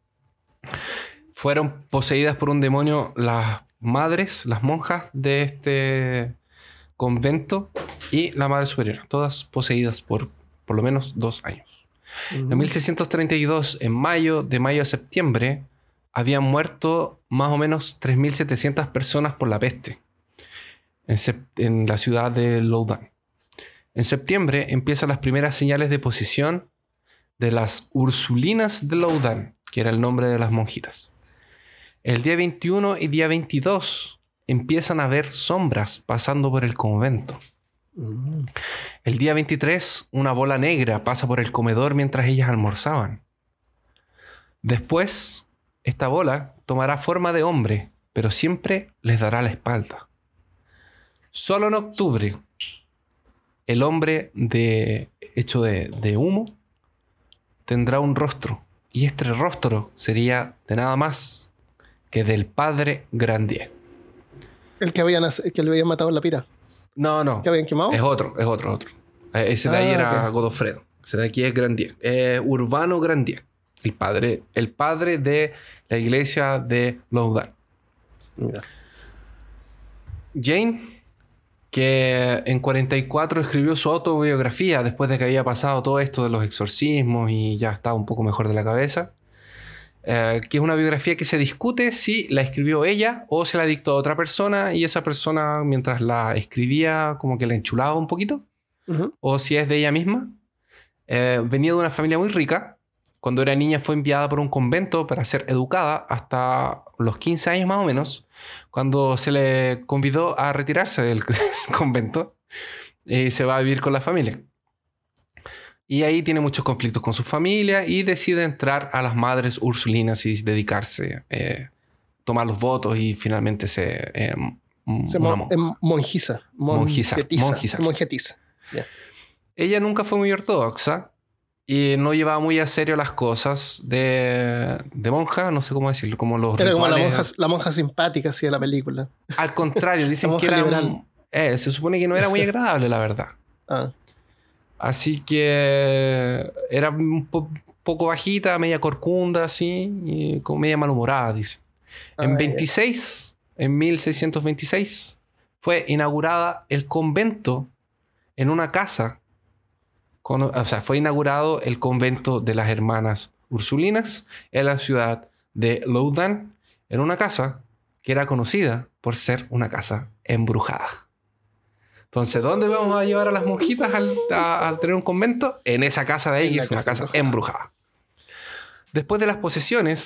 Fueron poseídas por un demonio las madres, las monjas de este convento y la madre superiora. Todas poseídas por por lo menos dos años. En mil seiscientos treinta y dos, en mayo, de mayo a septiembre, habían muerto más o menos tres mil setecientas personas por la peste en, sep- en la ciudad de Loudun. En septiembre empiezan las primeras señales de posesión de las Ursulinas de Loudun, que era el nombre de las monjitas. El día veintiuno y día veintidós empiezan a ver sombras pasando por el convento. Mm. El día veintitrés, una bola negra pasa por el comedor mientras ellas almorzaban. Después, esta bola tomará forma de hombre, pero siempre les dará la espalda. Solo en octubre, el hombre de, hecho de, de humo tendrá un rostro, y este rostro sería de nada más que del padre Grandier. El que, habían, el que le habían matado en la pira. No, no. ¿Que habían quemado? Es otro, es otro, otro. Ese de ahí Ah, era ok. Godofredo. Ese de aquí es Grandier. Eh, Urbano Grandier. El padre, el padre de la iglesia de Loudun. Mira. Jane, que en cuarenta y cuatro escribió su autobiografía después de que había pasado todo esto de los exorcismos y ya estaba un poco mejor de la cabeza. Eh, que es una biografía que se discute si la escribió ella o se la dictó a otra persona y esa persona mientras la escribía como que la enchulaba un poquito, Uh-huh. o si es de ella misma. Eh, venía de una familia muy rica. Cuando era niña fue enviada por un convento para ser educada hasta los quince años más o menos, cuando se le convidó a retirarse del convento y se va a vivir con la familia. Y ahí tiene muchos conflictos con su familia y decide entrar a las madres ursulinas y dedicarse, eh, tomar los votos y finalmente se... Eh, Se una mon- monja. em- monjiza. Monjiza, Monjetiza. monjiza. Monjetiza. Ya. Ella nunca fue muy ortodoxa y no llevaba muy a serio las cosas de, de monja, no sé cómo decirlo, como los Era como la rituales. monja, la monja simpática así de la película. Al contrario, dicen La que monja era... liberal. eh, se supone que no era muy agradable, la verdad. Ah. Así que era un po- poco bajita, media corcunda, así, y como media malhumorada, dice. Ah, En ya. veintiséis, en mil seiscientos veintiséis, fue inaugurada el convento en una casa. Con- o sea, fue inaugurado el convento de las hermanas Ursulinas en la ciudad de Loudun, en una casa que era conocida por ser una casa embrujada. Entonces, ¿dónde vamos a llevar a las monjitas al, a- al tener un convento? En esa casa de ahí, En que la es una casa casa embrujada. Después de las posesiones,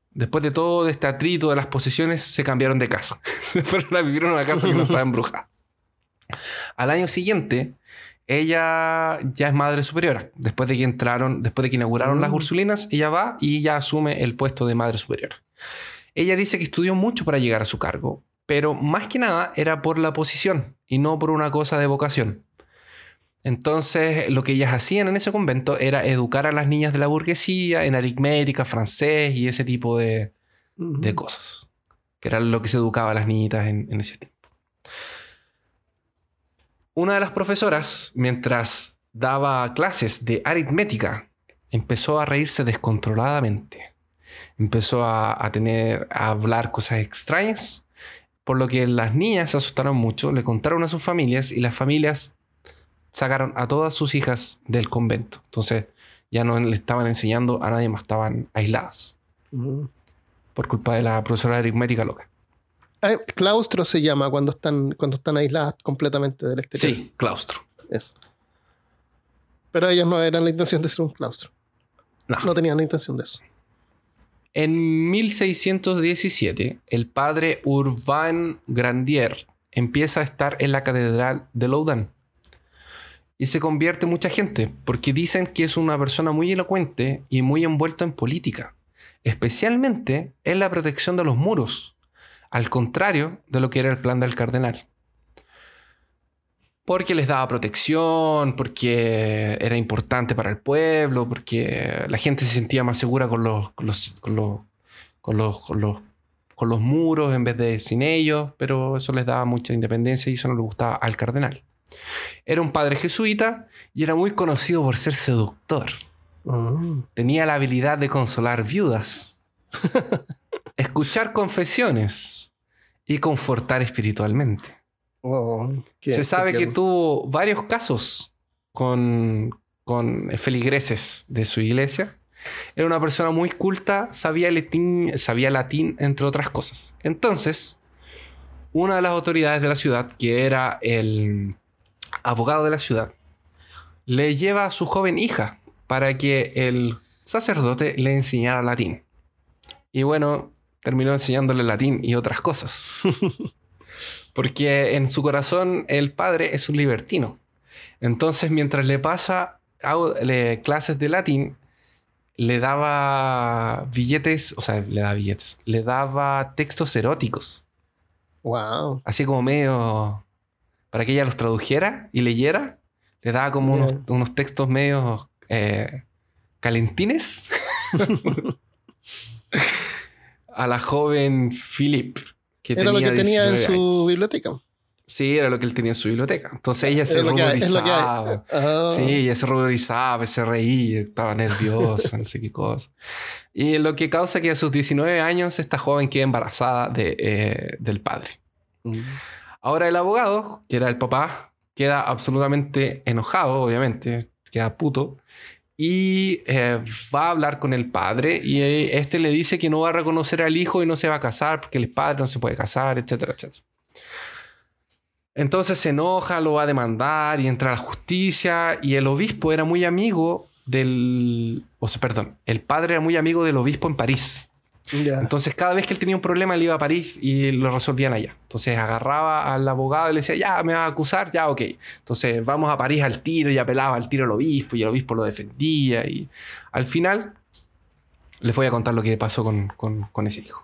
después de todo este atrito de las posesiones, se cambiaron de casa. Se fueron a vivir en una casa que no estaba embrujada. Al año siguiente, ella ya es madre superiora. Después de que entraron, después de que inauguraron mm. las Ursulinas, ella va y ya asume el puesto de madre superiora. Ella dice que estudió mucho para llegar a su cargo, pero más que nada era por la posición y no por una cosa de vocación. Entonces, lo que ellas hacían en ese convento era educar a las niñas de la burguesía en aritmética, francés y ese tipo de, uh-huh. de cosas. Que era lo que se educaba a las niñitas en, en ese tiempo. Una de las profesoras, mientras daba clases de aritmética, empezó a reírse descontroladamente. Empezó a, a tener, a hablar cosas extrañas, por lo que las niñas se asustaron mucho, le contaron a sus familias y las familias sacaron a todas sus hijas del convento. Entonces ya no le estaban enseñando a nadie más, estaban aisladas. Uh-huh. Por culpa de la profesora de aritmética loca. Ah, claustro se llama cuando están, cuando están aisladas completamente del exterior. Sí, claustro. Eso. Pero ellas no eran la intención de ser un claustro. No. No tenían la intención de eso. En mil seiscientos diecisiete, el padre Urbain Grandier empieza a estar en la catedral de Loudun. Y se convierte en mucha gente, porque dicen que es una persona muy elocuente y muy envuelto en política, especialmente en la protección de los muros, al contrario de lo que era el plan del cardenal. Porque les daba protección, porque era importante para el pueblo, porque la gente se sentía más segura con los, con los, con los, con los, con los, con los muros en vez de sin ellos, pero eso les daba mucha independencia y eso no le gustaba al cardenal. Era un padre jesuita y era muy conocido por ser seductor. Oh. Tenía la habilidad de consolar viudas, escuchar confesiones y confortar espiritualmente. Oh, Se sabe que tuvo varios casos con, con feligreses de su iglesia. Era una persona muy culta, sabía latín, sabía latín, entre otras cosas. Entonces, una de las autoridades de la ciudad, que era el abogado de la ciudad, le lleva a su joven hija para que el sacerdote le enseñara latín. Y bueno, terminó enseñándole latín y otras cosas. Porque en su corazón el padre es un libertino. Entonces, mientras le pasa le, clases de latín, le daba billetes, o sea, le daba billetes, le daba textos eróticos. Wow. Así como medio, para que ella los tradujera y leyera, le daba como yeah. unos, unos textos medio eh, calentines a la joven Philip. Que era lo que tenía en su años. biblioteca. Sí, era lo que él tenía en su biblioteca. Entonces ella se ruborizaba. Oh. Sí, ella se ruborizaba, se reía, estaba nerviosa, no sé qué cosa. Y lo que causa que a sus diecinueve años esta joven quede embarazada de, eh, del padre. Mm. Ahora el abogado, que era el papá, queda absolutamente enojado, obviamente, queda puto. Y eh, va a hablar con el padre y este le dice que no va a reconocer al hijo y no se va a casar porque el padre no se puede casar, etcétera, etcétera. Entonces se enoja, lo va a demandar y entra a la justicia y el obispo era muy amigo del... O sea, perdón, el padre era muy amigo del obispo en París. Yeah. Entonces cada vez que él tenía un problema él iba a París y lo resolvían allá. Entonces agarraba al abogado y le decía, ya, me va a acusar, ya, ok. Entonces vamos a París al tiro y apelaba al tiro al obispo y el obispo lo defendía y al final les voy a contar lo que pasó con, con, con ese hijo.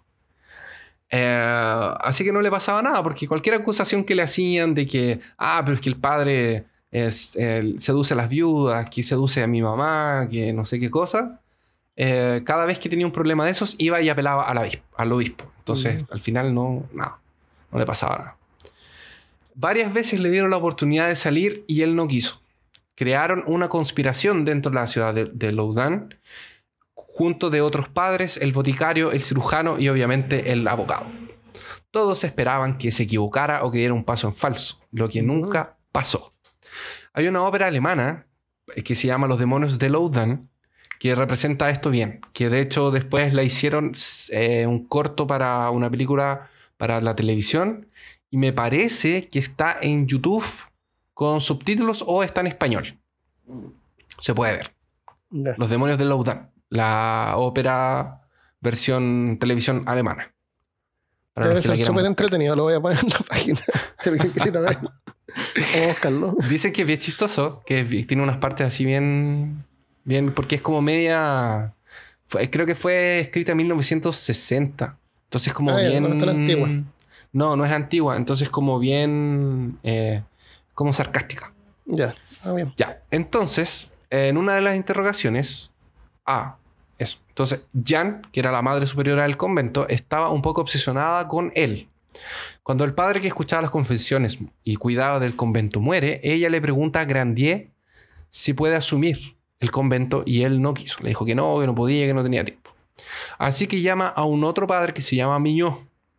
Eh, así que no le pasaba nada porque cualquier acusación que le hacían de que, ah, pero es que el padre es, eh, seduce a las viudas, que seduce a mi mamá, que no sé qué cosa... Eh, cada vez que tenía un problema de esos iba y apelaba al obispo, al obispo. Entonces uh-huh. al final no, no, no le pasaba nada. Varias veces le dieron la oportunidad de salir y él no quiso. Crearon una conspiración dentro de la ciudad de, de Loudun junto de otros padres, el boticario, el cirujano y obviamente el abogado. Todos esperaban que se equivocara o que diera un paso en falso, lo que uh-huh. nunca pasó. Hay una ópera alemana que se llama Los demonios de Loudun que representa esto bien, que de hecho después la hicieron eh, un corto para una película para la televisión y me parece que está en YouTube con subtítulos o está en español. Se puede ver. Yeah. Los demonios de Loudun, la ópera versión televisión alemana. Para Debe los que la ser quieran súper buscar. entretenido, lo voy a poner en la página. Si alguien quiere ir a ver. Vamos a buscarlo. Dicen que es bien chistoso, que es bi- tiene unas partes así bien... bien porque es como media... fue- creo que fue escrita en mil novecientos sesenta. Entonces como Ah, ya, bien... no es tan antigua. No, no es antigua. Entonces como bien... eh, como sarcástica. Ya, ah, bien. Ya, entonces, en una de las interrogaciones... Ah, eso. Entonces, Jan, que era la madre superiora del convento, estaba un poco obsesionada con él. Cuando el padre que escuchaba las confesiones y cuidaba del convento muere, ella le pregunta a Grandier si puede asumir el convento y él no quiso. Le dijo que no, que no podía, que no tenía tiempo. Así que llama a un otro padre que se llama Mignot,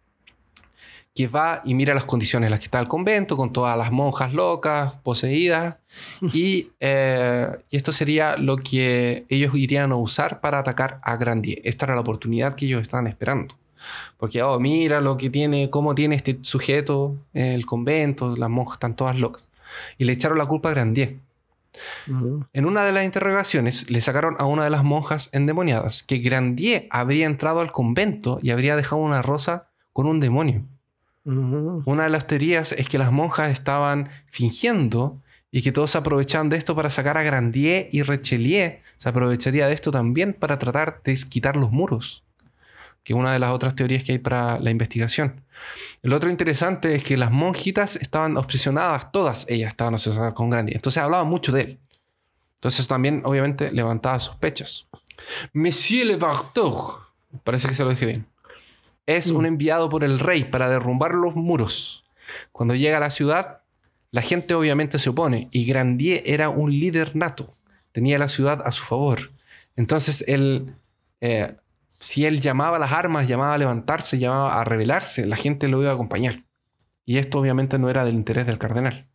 que va y mira las condiciones en las que está el convento, con todas las monjas locas, poseídas, y, eh, y esto sería lo que ellos irían a usar para atacar a Grandier. Esta era la oportunidad que ellos estaban esperando. Porque, oh, mira lo que tiene, cómo tiene este sujeto en el convento, las monjas están todas locas. Y le echaron la culpa a Grandier. Uh-huh. En una de las interrogaciones le sacaron a una de las monjas endemoniadas que Grandier habría entrado al convento y habría dejado una rosa con un demonio. Uh-huh. Una de las teorías es que las monjas estaban fingiendo y que todos se aprovechaban de esto para sacar a Grandier, y Richelieu se aprovecharía de esto también para tratar de quitar los muros, que es una de las otras teorías que hay para la investigación. El otro interesante es que las monjitas estaban obsesionadas, todas ellas estaban obsesionadas con Grandier, entonces hablaban mucho de él. Entonces también obviamente levantaba sospechas. Monsieur le Varteur, parece que se lo dije bien, es un enviado por el rey para derrumbar los muros. Cuando llega a la ciudad, la gente obviamente se opone, y Grandier era un líder nato. Tenía la ciudad a su favor. Entonces, él, eh, si él llamaba a las armas, llamaba a levantarse, llamaba a rebelarse, la gente lo iba a acompañar. Y esto obviamente no era del interés del cardenal.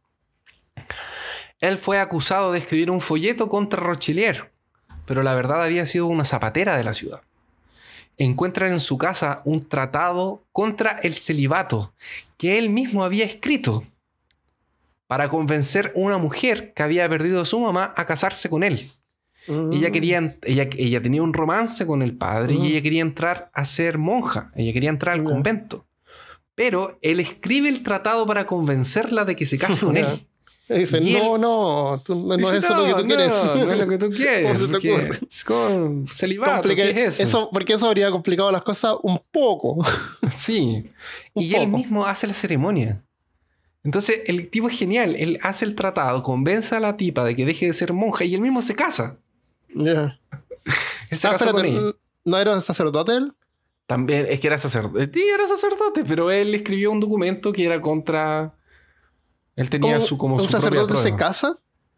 Él fue acusado de escribir un folleto contra Rochelier, pero la verdad había sido una zapatera de la ciudad. Encuentran en su casa un tratado contra el celibato que él mismo había escrito para convencer a una mujer que había perdido a su mamá a casarse con él. Uh. Ella, quería, ella, ella tenía un romance con el padre uh. y ella quería entrar a ser monja. Ella quería entrar al uh. convento. Pero él escribe el tratado para convencerla de que se case con uh. él. Y dice, y no, él, no, tú, no dice, es eso no, lo que tú no, quieres. No es lo que tú quieres. ¿Cómo se te ocurre? Es con celibato, Complica ¿qué es eso? eso? Porque eso habría complicado las cosas un poco. Sí. un y poco. él mismo hace la ceremonia. Entonces, el tipo es genial. Él hace el tratado, convence a la tipa de que deje de ser monja y él mismo se casa. Ya. Yeah. Él se ah, casó espérate, con ella. ¿No era un sacerdote él? También, es que era sacerdote. Sí, era sacerdote, pero él escribió un documento que era contra... Él tenía ¿Cómo, su como ¿Un su sacerdote propia se casa?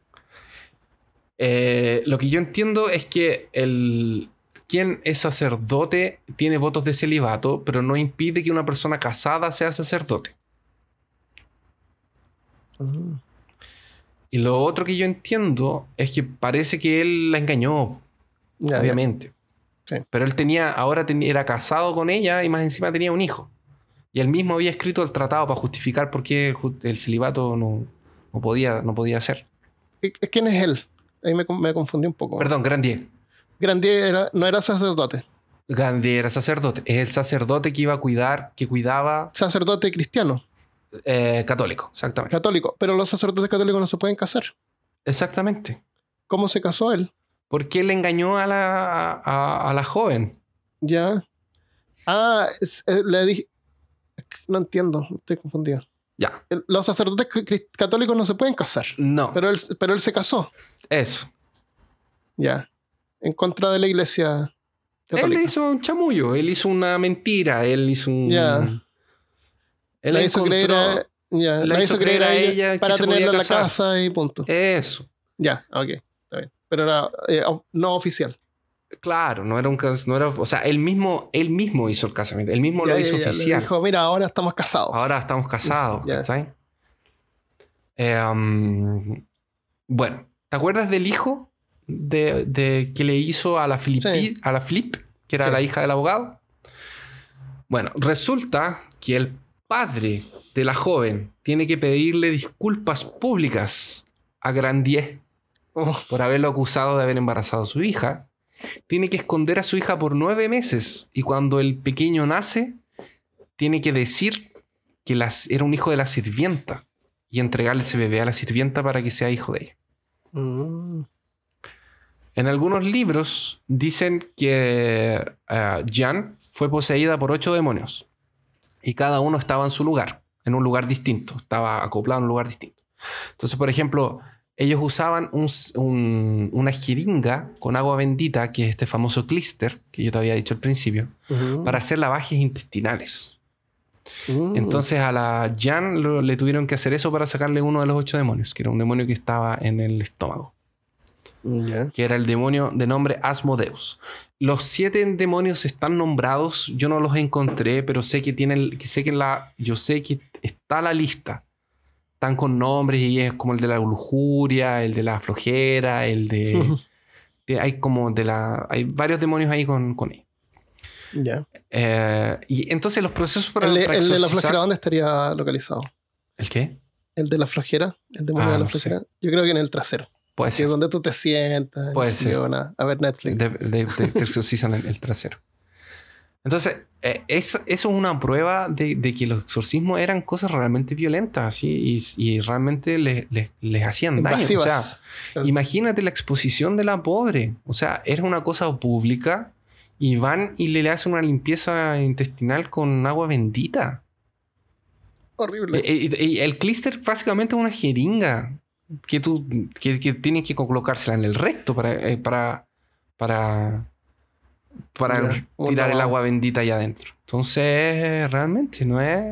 Eh, lo que yo entiendo es que el quien es sacerdote tiene votos de celibato, pero no impide que una persona casada sea sacerdote. Uh-huh. Y lo otro que yo entiendo es que parece que él la engañó, ya, obviamente. Ya. Sí. Pero él tenía, ahora tenía, era casado con ella y más encima tenía un hijo. Y él mismo había escrito el tratado para justificar por qué el celibato no, no, podía, no podía ser. ¿Quién es él? Ahí me, me confundí un poco. Perdón, Grandier. Grandier era, no era sacerdote. Grandier era sacerdote. Es el sacerdote que iba a cuidar, que cuidaba... Sacerdote cristiano. Eh, católico, exactamente. Católico. Pero los sacerdotes católicos no se pueden casar. Exactamente. ¿Cómo se casó él? Porque él engañó a la, a, a la joven. Ya. Ah, es, eh, le dije... No entiendo, estoy confundido. Ya. Los sacerdotes católicos no se pueden casar. No. Pero él, pero él se casó. Eso. Ya. En contra de la iglesia católica. Él hizo un chamullo, él hizo una mentira, él hizo un... Ya. Él la hizo creer a, ya, la hizo creer a ella para tenerla en la casar. casa y punto. Eso. Ya, ok. Está bien. Pero era eh, no oficial. Claro, no era un no era, o sea, él mismo, él mismo hizo el casamiento, él mismo ya, lo hizo ya, oficial. Le dijo, mira, ahora estamos casados. Ahora estamos casados, ¿sabes? Eh, um, bueno, ¿te acuerdas del hijo de, de que le hizo a la Flip, sí. a la Flip, que era sí. la hija del abogado? Bueno, resulta que el padre de la joven tiene que pedirle disculpas públicas a Grandier oh. por haberlo acusado de haber embarazado a su hija. tiene que esconder a su hija por nueve meses. Y cuando el pequeño nace, tiene que decir que las, era un hijo de la sirvienta y entregarle ese bebé a la sirvienta para que sea hijo de ella. Mm. En algunos libros dicen que uh, Jan fue poseída por ocho demonios y cada uno estaba en su lugar, en un lugar distinto, estaba acoplado en un lugar distinto. Entonces, por ejemplo, ellos usaban un, un, una jeringa con agua bendita, que es este famoso clíster, que yo te había dicho al principio, uh-huh. para hacer lavajes intestinales. Uh-huh. Entonces a la Jan lo, le tuvieron que hacer eso para sacarle uno de los ocho demonios, que era un demonio que estaba en el estómago. Yeah. Que era el demonio de nombre Asmodeus. Los siete demonios están nombrados, yo no los encontré, pero sé que tienen, que sé que la, yo sé que está la lista. Están con nombres y es como el de la lujuria, el de la flojera, el de, uh-huh. de hay como de la, hay varios demonios ahí con con él. Ya. Yeah. Eh, y entonces los procesos para el, para el de la flojera, ¿dónde estaría localizado? ¿El qué? El de la flojera, el demonio ah, de la flojera. No sé. Yo creo que en el trasero. Puede ser. Es donde tú te sientas. Puede ser. A ver Netflix. De, de, de, te exorcizan el, el trasero. Entonces, eh, es, eso es una prueba de, de que los exorcismos eran cosas realmente violentas, ¿sí? y, y realmente les, les, les hacían invasivas. daño. O sea, claro. Imagínate la exposición de la pobre. O sea, era una cosa pública y van y le, le hacen una limpieza intestinal con agua bendita. Horrible. Y, y, y el clíster básicamente es una jeringa que tú que, que tienes que colocársela en el recto para eh, para para para yeah, tirar el agua bendita allá adentro. Entonces realmente no es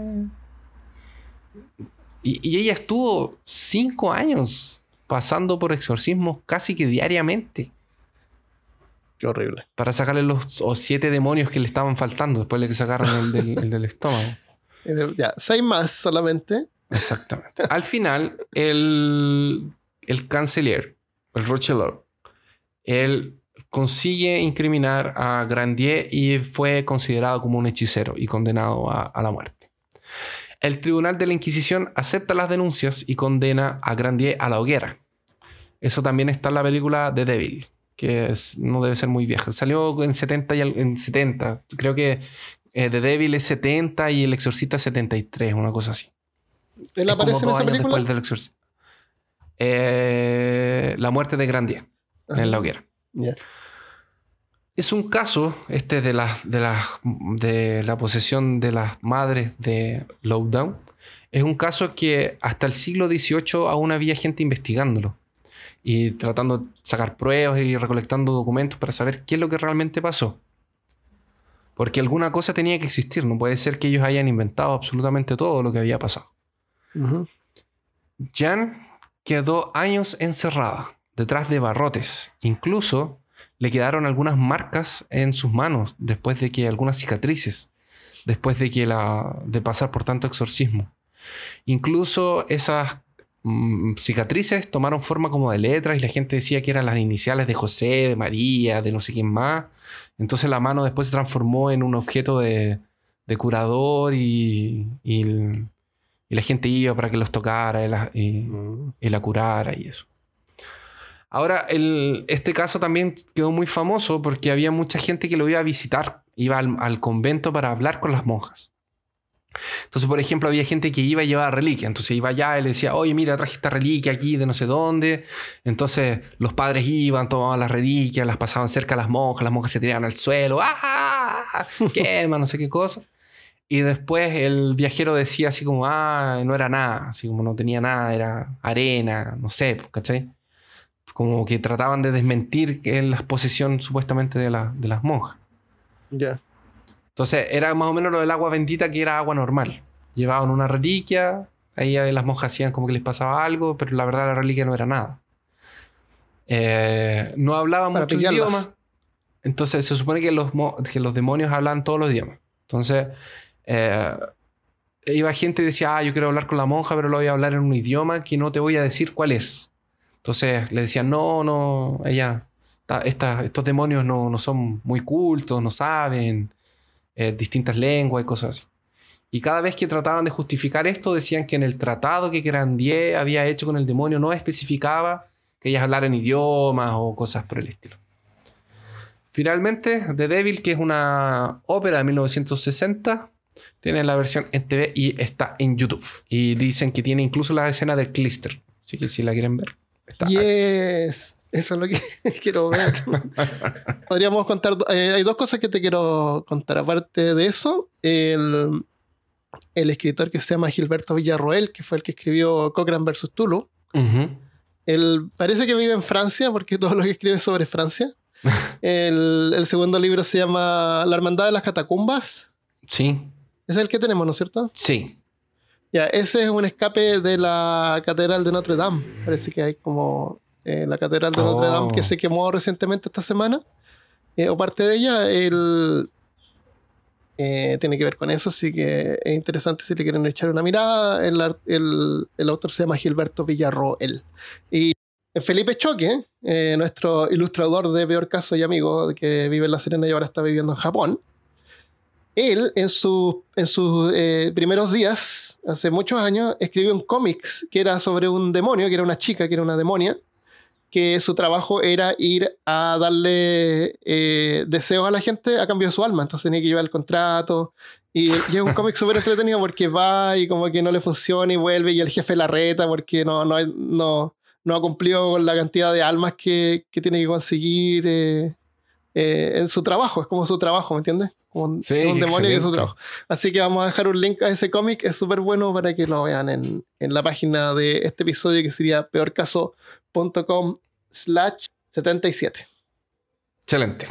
y, y ella estuvo cinco años pasando por exorcismos casi que diariamente. Qué horrible. Para sacarle los o siete demonios que le estaban faltando después de que sacaron el del, el del estómago. Ya, seis más solamente. Exactamente. Al final, el, el canciller, el Rochelaure, él consigue incriminar a Grandier y fue considerado como un hechicero y condenado a, a la muerte. El tribunal de la Inquisición acepta las denuncias y condena a Grandier a la hoguera. Eso también está en la película The Devil, que es, no debe ser muy vieja. Salió en setenta, y en setenta. Creo que eh, The Devil es setenta y El Exorcista setenta y tres, una cosa así. ¿Él aparece en esa película? Después del exorcismo. Eh, la muerte de Grandier uh-huh. en la hoguera. Yeah. Es un caso, este de la, de, la, de la posesión de las madres de Loudoun. Es un caso que hasta el siglo dieciocho aún había gente investigándolo y tratando de sacar pruebas y recolectando documentos para saber qué es lo que realmente pasó. Porque alguna cosa tenía que existir. No puede ser que ellos hayan inventado absolutamente todo lo que había pasado. Uh-huh. Jan quedó años encerrada detrás de barrotes. Incluso le quedaron algunas marcas en sus manos después de que algunas cicatrices, después de que la de pasar por tanto exorcismo. Incluso esas mmm, cicatrices tomaron forma como de letras y la gente decía que eran las iniciales de José, de María, de no sé quién más. Entonces la mano después se transformó en un objeto de, de curador y, y el, Y la gente iba para que los tocara y la, y, mm. y la curara y eso. Ahora, el, este caso también quedó muy famoso porque había mucha gente que lo iba a visitar. Iba al, al convento para hablar con las monjas. Entonces, por ejemplo, había gente que iba y llevaba reliquia. Entonces iba allá y le decía, oye, mira, traje esta reliquia aquí de no sé dónde. Entonces los padres iban, tomaban las reliquias, las pasaban cerca a las monjas. Las monjas se tiraban al suelo. ¡Ah! ¡Quema! No sé qué cosa. Y después el viajero decía así como, ah, no era nada. Así como no tenía nada, era arena, no sé, ¿cachai? Como que trataban de desmentir que la posesión supuestamente de, la, de las monjas. Ya. Yeah. Entonces era más o menos lo del agua bendita, que era agua normal. Llevaban una reliquia, ahí las monjas hacían como que les pasaba algo, pero la verdad la reliquia no era nada. Eh, no hablaban muchos idiomas. Entonces se supone que los, que los demonios hablan todos los idiomas. Entonces eh, iba gente y decía, ah, yo quiero hablar con la monja, pero lo voy a hablar en un idioma que no te voy a decir cuál es. Entonces le decían, no, no, ella, esta, estos demonios no, no son muy cultos, no saben eh, distintas lenguas y cosas así. Y cada vez que trataban de justificar esto, decían que en el tratado que Grandier había hecho con el demonio no especificaba que ellas hablaran idiomas o cosas por el estilo. Finalmente, The Devil, que es una ópera de mil novecientos sesenta, tiene la versión en T V y está en YouTube. Y dicen que tiene incluso la escena del Clister. Así que si la quieren ver, está ahí. Yes, eso es lo que quiero ver. Podríamos contar, eh, hay dos cosas que te quiero contar. Aparte de eso, el, el escritor que se llama Gilberto Villarroel, que fue el que escribió Cochrane versus Tulu, uh-huh. él parece que vive en Francia, porque todo lo que escribe es sobre Francia. el, el segundo libro se llama La Hermandad de las Catacumbas. Sí. Es el que tenemos, ¿no es cierto? Sí. Ya, ese es un escape de la Catedral de Notre Dame. Parece que hay como eh, la Catedral de oh. Notre Dame que se quemó recientemente esta semana. Eh, o parte de ella, el, eh, tiene que ver con eso, así que es interesante si le quieren echar una mirada. El, el, el autor se llama Gilberto Villarroel. Y Felipe Choque, eh, nuestro ilustrador de Peor Caso y amigo, que vive en La Serena y ahora está viviendo en Japón. Él, en, su, en sus eh, primeros días, hace muchos años, escribió un cómics que era sobre un demonio, que era una chica, que era una demonia, que su trabajo era ir a darle eh, deseos a la gente a cambio de su alma. Entonces tenía que llevar el contrato. Y, y es un cómic súper entretenido porque va y como que no le funciona y vuelve y el jefe la reta porque no, no, no, no ha cumplido con la cantidad de almas que, que tiene que conseguir eh, eh, en su trabajo. Es como su trabajo, ¿me entiendes? Como un, sí, un demonio excelente. que es su trabajo. Así que vamos a dejar un link a ese cómic. Es súper bueno para que lo vean en, en la página de este episodio, que sería peorcaso.com slash 77. Excelente.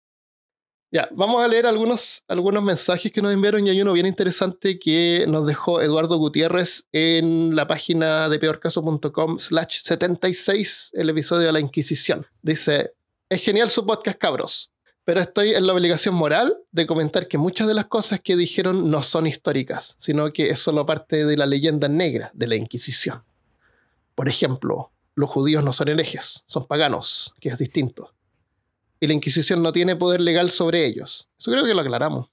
Ya, vamos a leer algunos, algunos mensajes que nos enviaron y hay uno bien interesante que nos dejó Eduardo Gutiérrez en la página de peorcaso.com slash 76, el episodio de la Inquisición. Dice: es genial su podcast, cabros, pero estoy en la obligación moral de comentar que muchas de las cosas que dijeron no son históricas, sino que es solo parte de la leyenda negra de la Inquisición. Por ejemplo, los judíos no son herejes, son paganos, que es distinto. Y la Inquisición no tiene poder legal sobre ellos. Eso creo que lo aclaramos.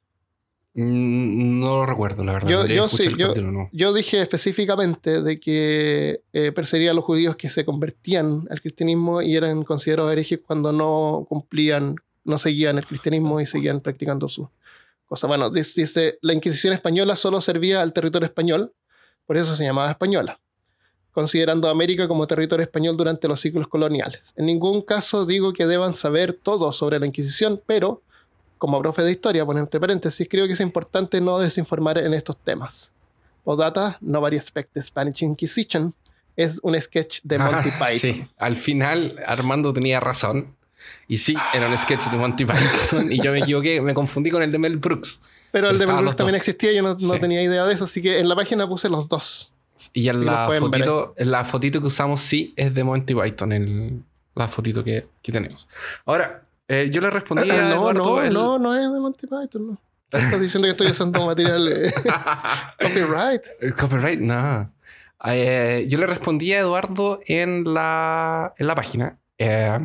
Mm, no lo recuerdo, la verdad. Yo, yo, sí, yo, capítulo, no. yo dije específicamente de que eh, perseguía a los judíos que se convertían al cristianismo y eran considerados herejes cuando no cumplían, no seguían el cristianismo y seguían practicando sus cosas. Bueno, dice, dice, la Inquisición española solo servía al territorio español, por eso se llamaba española, considerando a América como territorio español durante los siglos coloniales. En ningún caso digo que deban saber todo sobre la Inquisición, pero como profe de historia, por entre paréntesis, creo que es importante no desinformar en estos temas. Postdata, nobody expect the Spanish Inquisition, es un sketch de Monty ah, Python. Sí, al final Armando tenía razón. Y sí, era un sketch de Monty Python y yo me equivoqué, me confundí con el de Mel Brooks. Pero el de Mel Brooks también existía y yo no, sí. no tenía idea de eso, así que en la página puse los dos. Y en la fotito, en la fotito que usamos sí es de Monty Python, el, la fotito que, que tenemos. Ahora, eh, yo le respondí a no, Eduardo, no, el... no, no es de Monty Python, no. Estás diciendo que estoy usando material eh, copyright. El copyright, no. Eh, yo le respondí a Eduardo en la, en la página. Eh,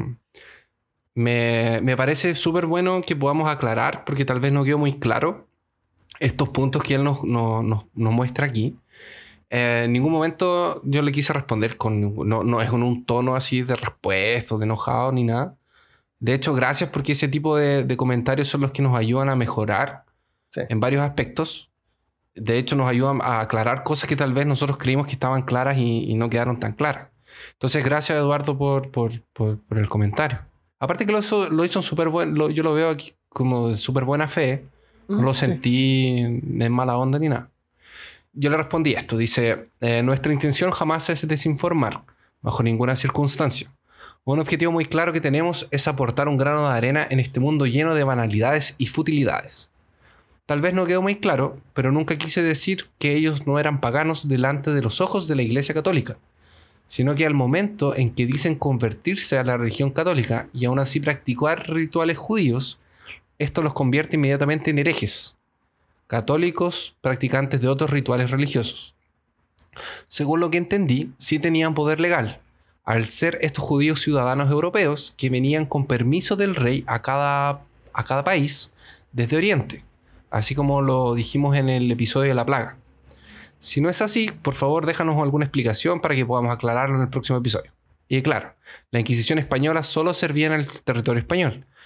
me, me parece súper bueno que podamos aclarar, porque tal vez no quedó muy claro estos puntos que él nos, nos, nos, nos muestra aquí. Eh, en ningún momento yo le quise responder con... No, no es con un tono así de respuesta, de enojado ni nada. De hecho, gracias, porque ese tipo de, de comentarios son los que nos ayudan a mejorar sí. en varios aspectos. De hecho, nos ayudan a aclarar cosas que tal vez nosotros creímos que estaban claras y, y no quedaron tan claras. Entonces, gracias, Eduardo, por, por, por, por el comentario. Aparte que lo hizo, lo hizo en súper buen... Lo, yo lo veo aquí como de súper buena fe. No lo sentí en mala onda ni nada. Yo le respondí esto. Dice, eh, nuestra intención jamás es desinformar, bajo ninguna circunstancia. Un objetivo muy claro que tenemos es aportar un grano de arena en este mundo lleno de banalidades y futilidades. Tal vez no quedó muy claro, pero nunca quise decir que ellos no eran paganos delante de los ojos de la Iglesia Católica, sino que al momento en que dicen convertirse a la religión católica y aún así practicar rituales judíos, esto los convierte inmediatamente en herejes, católicos practicantes de otros rituales religiosos. Según lo que entendí, sí tenían poder legal, al ser estos judíos ciudadanos europeos que venían con permiso del rey a cada, a cada país desde Oriente, así como lo dijimos en el episodio de la plaga. Si no es así, por favor déjanos alguna explicación para que podamos aclararlo en el próximo episodio. Y claro, la Inquisición española solo servía en el territorio español.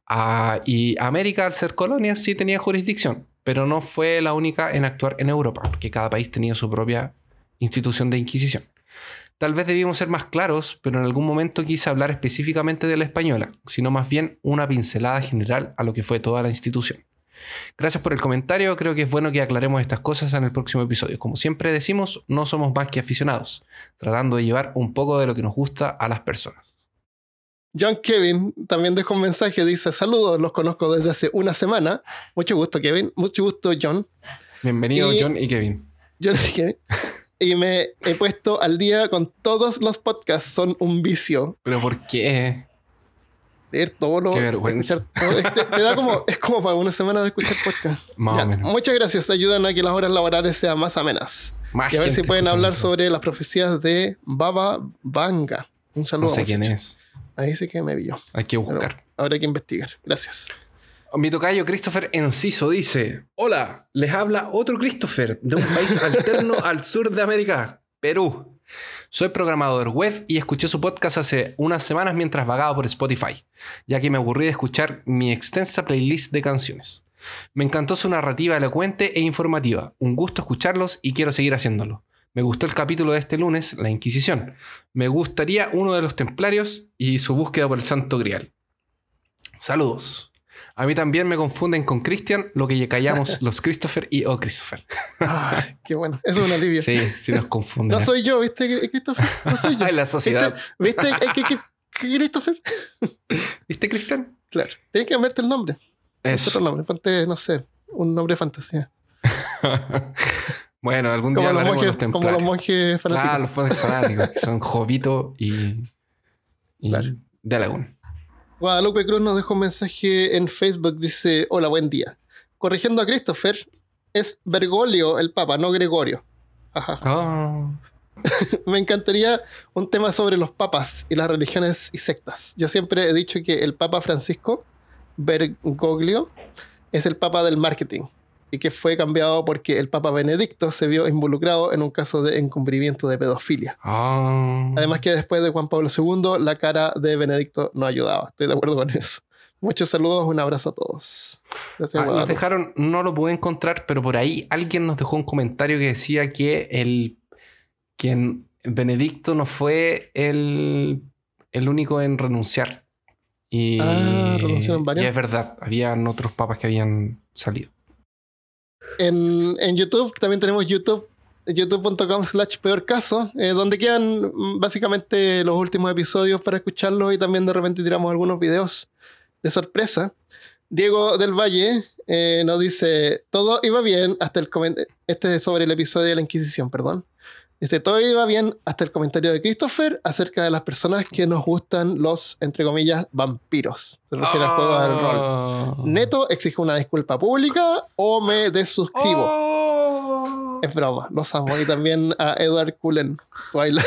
Ah, y América, al ser colonia, sí tenía jurisdicción, pero no fue la única en actuar en Europa, porque cada país tenía su propia institución de inquisición. Tal vez debíamos ser más claros, pero en algún momento quise hablar específicamente de la española, sino más bien una pincelada general a lo que fue toda la institución. Gracias por el comentario, creo que es bueno que aclaremos estas cosas en el próximo episodio. Como siempre decimos, no somos más que aficionados, tratando de llevar un poco de lo que nos gusta a las personas. John Kevin también dejó un mensaje, dice: saludos, los conozco desde hace una semana. Mucho gusto, Kevin. Mucho gusto, John. Bienvenido, y... John y Kevin. John y Kevin. Y me he puesto al día con todos los podcasts, son un vicio. ¿Pero por qué? Leer todo lo... Qué vergüenza. Todo, este, te da como, es como para una semana de escuchar podcast. Más ya, o menos. Muchas gracias, ayudan a que las horas laborales sean más amenas. Más y a ver si pueden hablar eso. sobre las profecías de Baba Vanga. Un saludo. No sé muchachos. quién es. Ahí sí que me vio. Hay que buscar. Pero ahora hay que investigar. Gracias. Mi tocayo Christopher Enciso dice: hola, les habla otro Christopher de un país alterno al sur de América, Perú. Soy programador web y escuché su podcast hace unas semanas mientras vagaba por Spotify, ya que me aburrí de escuchar mi extensa playlist de canciones. Me encantó su narrativa elocuente e informativa. Un gusto escucharlos y quiero seguir haciéndolo. Me gustó el capítulo de este lunes, La Inquisición. Me gustaría uno de los templarios y su búsqueda por el Santo Grial. Saludos. A mí también me confunden con Christian, lo que callamos los Christopher y O Christopher. Ay, qué bueno. Eso es un alivio. Sí, sí nos confunden. No soy yo, ¿viste, Christopher? No soy yo. Ay, la sociedad. ¿Viste, ¿Viste eh, que, que, que Christopher? ¿Viste, Christian? Claro. Tienes que cambiarte el nombre. Es Eso. otro nombre. Ponte, no sé, un nombre de fantasía. Bueno, algún Como día los, hablaremos de monjes, los como templarios. los monjes fanáticos. Ah, los monjes fanáticos, que son Jovito y, y Claro. de Alagún. Guadalupe Cruz nos dejó un mensaje en Facebook. Dice: hola, buen día. Corrigiendo a Christopher, es Bergoglio el Papa, no Gregorio. Ajá. Oh. Me encantaría un tema sobre los papas y las religiones y sectas. Yo siempre he dicho que el Papa Francisco Bergoglio es el Papa del marketing y que fue cambiado porque el Papa Benedicto se vio involucrado en un caso de encubrimiento de pedofilia. Oh. Además que después de Juan Pablo segundo, la cara de Benedicto no ayudaba. Estoy de acuerdo con eso. Muchos saludos, un abrazo a todos. Gracias, Ah, nos Guadalupe. dejaron, no lo pude encontrar, pero por ahí alguien nos dejó un comentario que decía que el que en Benedicto no fue el, el único en renunciar. Y, Ah, renunciaron varios. y es verdad, habían otros papas que habían salido. En, en YouTube también tenemos YouTube, youtube punto com slash peor caso, eh, donde quedan mm, básicamente los últimos episodios para escucharlos y también de repente tiramos algunos videos de sorpresa. Diego del Valle eh, nos dice: todo iba bien hasta el comentario. Este es sobre el episodio de la Inquisición, perdón. Dice: todo iba bien hasta el comentario de Christopher acerca de las personas que nos gustan los, entre comillas, vampiros. Se refiere a juegos del rol. Oh. Neto, exijo una disculpa pública o me desuscribo. Oh. Es broma, los amo. Y también a Edward Cullen, Twilight.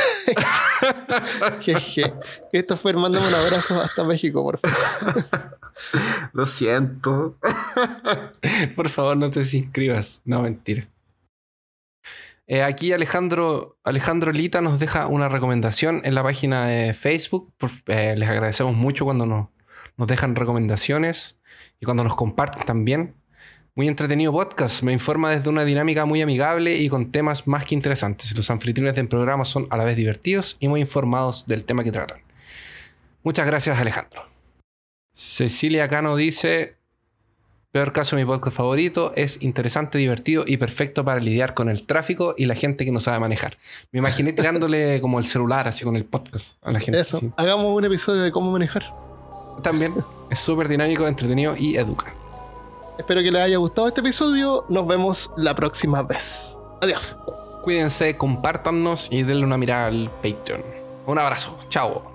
Jeje. Christopher, mándame un abrazo hasta México, por favor. Lo siento. Por favor, no te desinscribas. No, mentira. Eh, aquí Alejandro, Alejandro Lita nos deja una recomendación en la página de Facebook. Por, eh, les agradecemos mucho cuando nos, nos dejan recomendaciones y cuando nos comparten también. Muy entretenido podcast. Me informa desde una dinámica muy amigable y con temas más que interesantes. Los anfitriones del programa son a la vez divertidos y muy informados del tema que tratan. Muchas gracias, Alejandro. Cecilia Cano dice: peor caso, mi podcast favorito, es interesante, divertido y perfecto para lidiar con el tráfico y la gente que no sabe manejar. Me imaginé tirándole como el celular así con el podcast a la gente. Eso, Así. hagamos un episodio de cómo manejar. También es súper dinámico, entretenido y educa. Espero que les haya gustado este episodio. Nos vemos la próxima vez. Adiós. Cuídense, compártanos y denle una mirada al Patreon. Un abrazo. Chao.